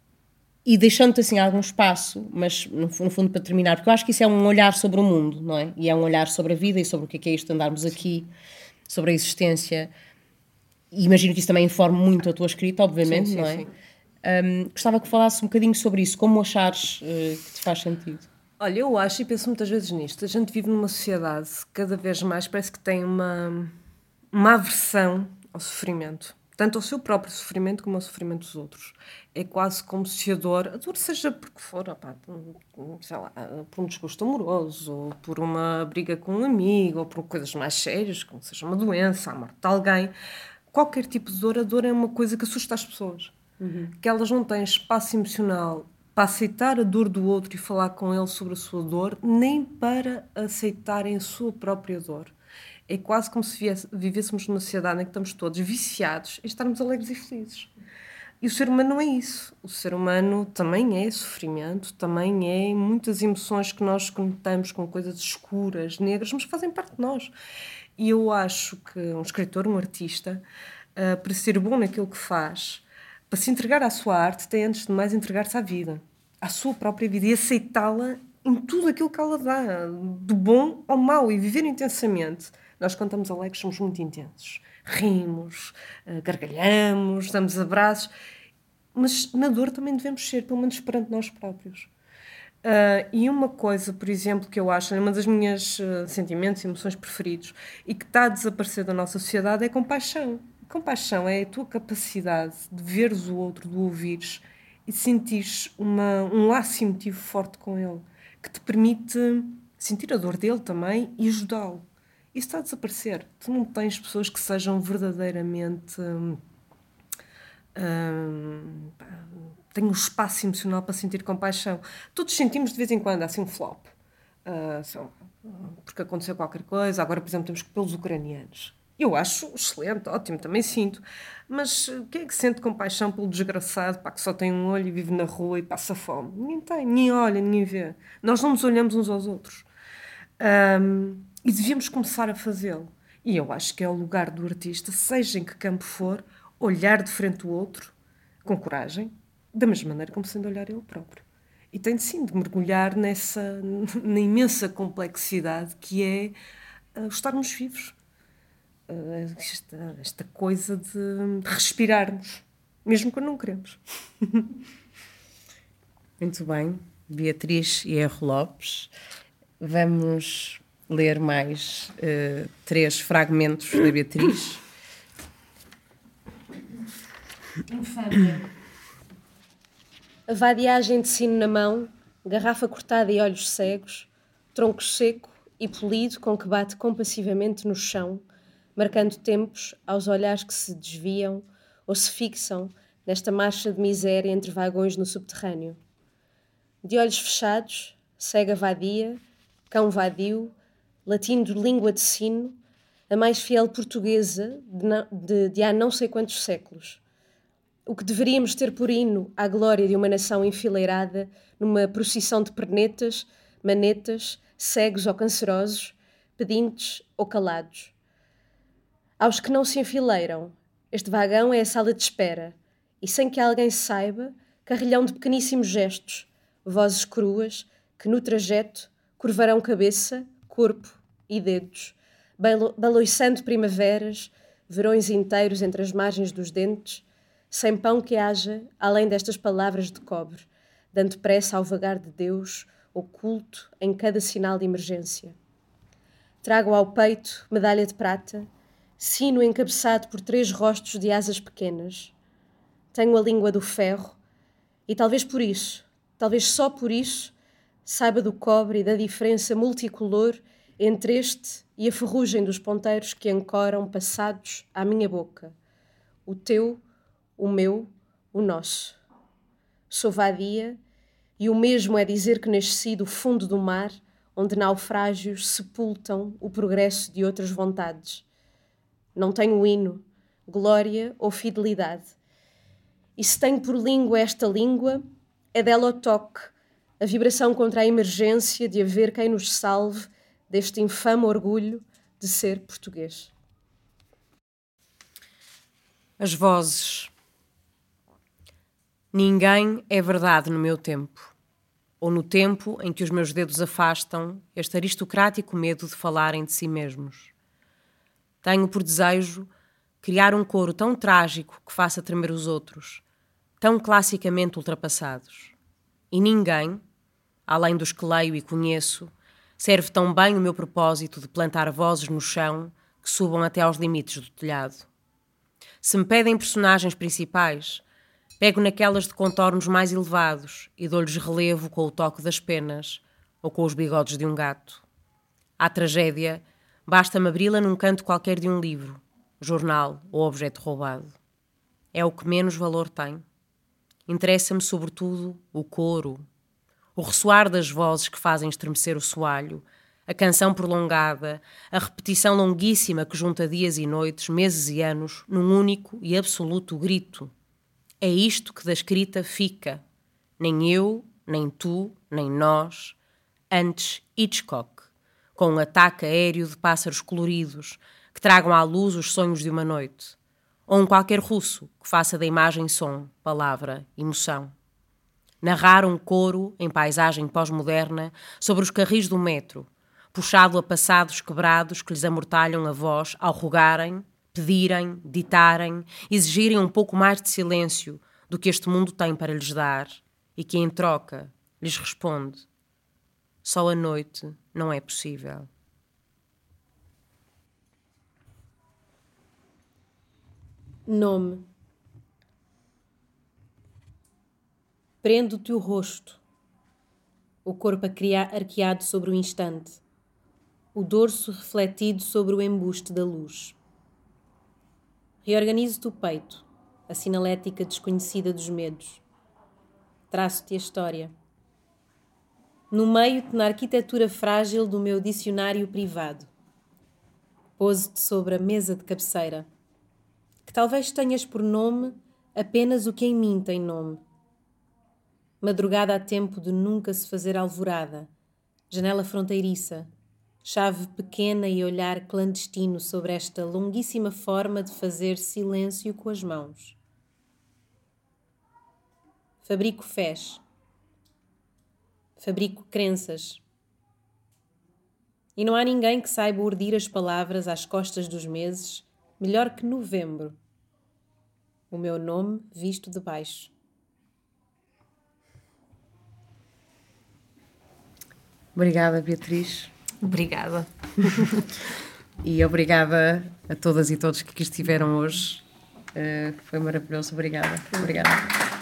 S7: e deixando-te assim algum espaço, mas no, no fundo para terminar, porque eu acho que isso é um olhar sobre o mundo, não é? E é um olhar sobre a vida e sobre o que é, que é isto de andarmos aqui, sobre a existência. E imagino que isso também informe muito a tua escrita, obviamente, sim, sim, não é? Sim. Um, gostava que falasses um bocadinho sobre isso, como achares uh, que te faz sentido.
S5: Olha, eu acho e penso muitas vezes nisto. A gente vive numa sociedade que cada vez mais parece que tem uma, uma aversão ao sofrimento. Tanto ao seu próprio sofrimento como ao sofrimento dos outros. É quase como se a dor, a dor seja por que for, opá, sei lá, por um desgosto amoroso, ou por uma briga com um amigo, ou por coisas mais sérias, como seja uma doença, a morte de alguém. Qualquer tipo de dor, a dor é uma coisa que assusta as pessoas. Uhum. Que elas não têm espaço emocional para aceitar a dor do outro e falar com ele sobre a sua dor, nem para aceitarem a sua própria dor. É quase como se viesse, vivêssemos numa sociedade em que estamos todos viciados em estarmos alegres e felizes. E o ser humano não é isso. O ser humano também é sofrimento, também é muitas emoções que nós conectamos com coisas escuras, negras, mas fazem parte de nós. E eu acho que um escritor, um artista, uh, para ser bom naquilo que faz, para se entregar à sua arte, tem antes de mais entregar-se à vida, à sua própria vida, e aceitá-la em tudo aquilo que ela dá, do bom ao mau, e viver intensamente. Nós, quando estamos alegres, somos muito intensos. Rimos, uh, gargalhamos, damos abraços, mas na dor também devemos ser, pelo menos perante nós próprios. Uh, e uma coisa, por exemplo, que eu acho, uma das minhas uh, sentimentos e emoções preferidos e que está a desaparecer da nossa sociedade é a compaixão. A compaixão é a tua capacidade de veres o outro, de o ouvires e de sentires uma, um laço emotivo forte com ele, que te permite sentir a dor dele também e ajudá-lo. Isso está a desaparecer. Tu não tens pessoas que sejam verdadeiramente... Hum, hum, tenho um espaço emocional para sentir compaixão. Todos sentimos de vez em quando, assim um flop. Uh, só, porque aconteceu qualquer coisa. Agora, por exemplo, temos que pelos ucranianos. Eu acho excelente, ótimo, também sinto. Mas quem é que sente compaixão pelo desgraçado, pá, que só tem um olho e vive na rua e passa fome? Ninguém tem, ninguém olha, ninguém vê. Nós não nos olhamos uns aos outros. Um, e devíamos começar a fazê-lo. E eu acho que é o lugar do artista, seja em que campo for, olhar de frente o outro, com coragem, da mesma maneira como sendo olhar ele próprio. E tem sim de mergulhar nessa, na imensa complexidade que é uh, estarmos vivos. Uh, esta, esta coisa de, de respirarmos, mesmo quando não queremos.
S7: Muito bem, Beatriz Hierro Lopes. Vamos ler mais uh, três fragmentos da Beatriz.
S6: Infâmia.
S4: A vadiagem de sino na mão, garrafa cortada e olhos cegos, tronco seco e polido com que bate compassivamente no chão, marcando tempos aos olhares que se desviam ou se fixam nesta marcha de miséria entre vagões no subterrâneo. De olhos fechados, cega vadia, cão vadio, latindo língua de sino, a mais fiel portuguesa de, não, de, de há não sei quantos séculos. O que deveríamos ter por hino à glória de uma nação enfileirada numa procissão de pernetas, manetas, cegos ou cancerosos, pedintes ou calados. Aos que não se enfileiram, este vagão é a sala de espera, e sem que alguém saiba, carrilhão de pequeníssimos gestos, vozes cruas, que no trajeto curvarão cabeça, corpo e dedos, baloiçando primaveras, verões inteiros entre as margens dos dentes, sem pão que haja, além destas palavras de cobre, dando pressa ao vagar de Deus, oculto em cada sinal de emergência. Trago ao peito medalha de prata, sino encabeçado por três rostos de asas pequenas. Tenho a língua do ferro, e talvez por isso, talvez só por isso, saiba do cobre e da diferença multicolor entre este e a ferrugem dos ponteiros que ancoram passados à minha boca. O teu, o meu, o nosso. Sou vadia, e o mesmo é dizer que nasci do fundo do mar, onde naufrágios sepultam o progresso de outras vontades. Não tenho hino, glória ou fidelidade. E se tenho por língua esta língua, é dela o toque, a vibração contra a emergência de haver quem nos salve deste infame orgulho de ser português.
S2: As vozes. Ninguém é verdade no meu tempo, ou no tempo em que os meus dedos afastam este aristocrático medo de falarem de si mesmos. Tenho por desejo criar um coro tão trágico que faça tremer os outros, tão classicamente ultrapassados. E ninguém, além dos que leio e conheço, serve tão bem o meu propósito de plantar vozes no chão que subam até aos limites do telhado. Se me pedem personagens principais, pego naquelas de contornos mais elevados e dou-lhes relevo com o toque das penas ou com os bigodes de um gato. À tragédia, basta-me abri-la num canto qualquer de um livro, jornal ou objeto roubado. É o que menos valor tem. Interessa-me, sobretudo, o coro, o ressoar das vozes que fazem estremecer o soalho, a canção prolongada, a repetição longuíssima que junta dias e noites, meses e anos, num único e absoluto grito. É isto que da escrita fica. Nem eu, nem tu, nem nós. Antes Hitchcock, com um ataque aéreo de pássaros coloridos que tragam à luz os sonhos de uma noite. Ou um qualquer russo que faça da imagem som, palavra, emoção. Narrar um coro em paisagem pós-moderna sobre os carris do metro, puxado a passados quebrados que lhes amortalham a voz ao rogarem, pedirem, ditarem, exigirem um pouco mais de silêncio do que este mundo tem para lhes dar e que, em troca, lhes responde: só a noite não é possível.
S3: Nome. Prende o teu rosto, o corpo arqueado sobre o instante, o dorso refletido sobre o embuste da luz. Reorganizo-te o peito, a sinalética desconhecida dos medos. Traço-te a história. Nomeio-te na arquitetura frágil do meu dicionário privado. Pose-te sobre a mesa de cabeceira, que talvez tenhas por nome apenas o que em mim tem nome. Madrugada a tempo de nunca se fazer alvorada, janela fronteiriça, chave pequena e olhar clandestino sobre esta longuíssima forma de fazer silêncio com as mãos. Fabrico fés. Fabrico crenças. E não há ninguém que saiba urdir as palavras às costas dos meses melhor que novembro. O meu nome visto de baixo.
S2: Obrigada, Beatriz.
S5: Obrigada.
S2: E obrigada a todas e todos que aqui estiveram hoje. Uh, foi maravilhoso. Obrigada. Obrigada.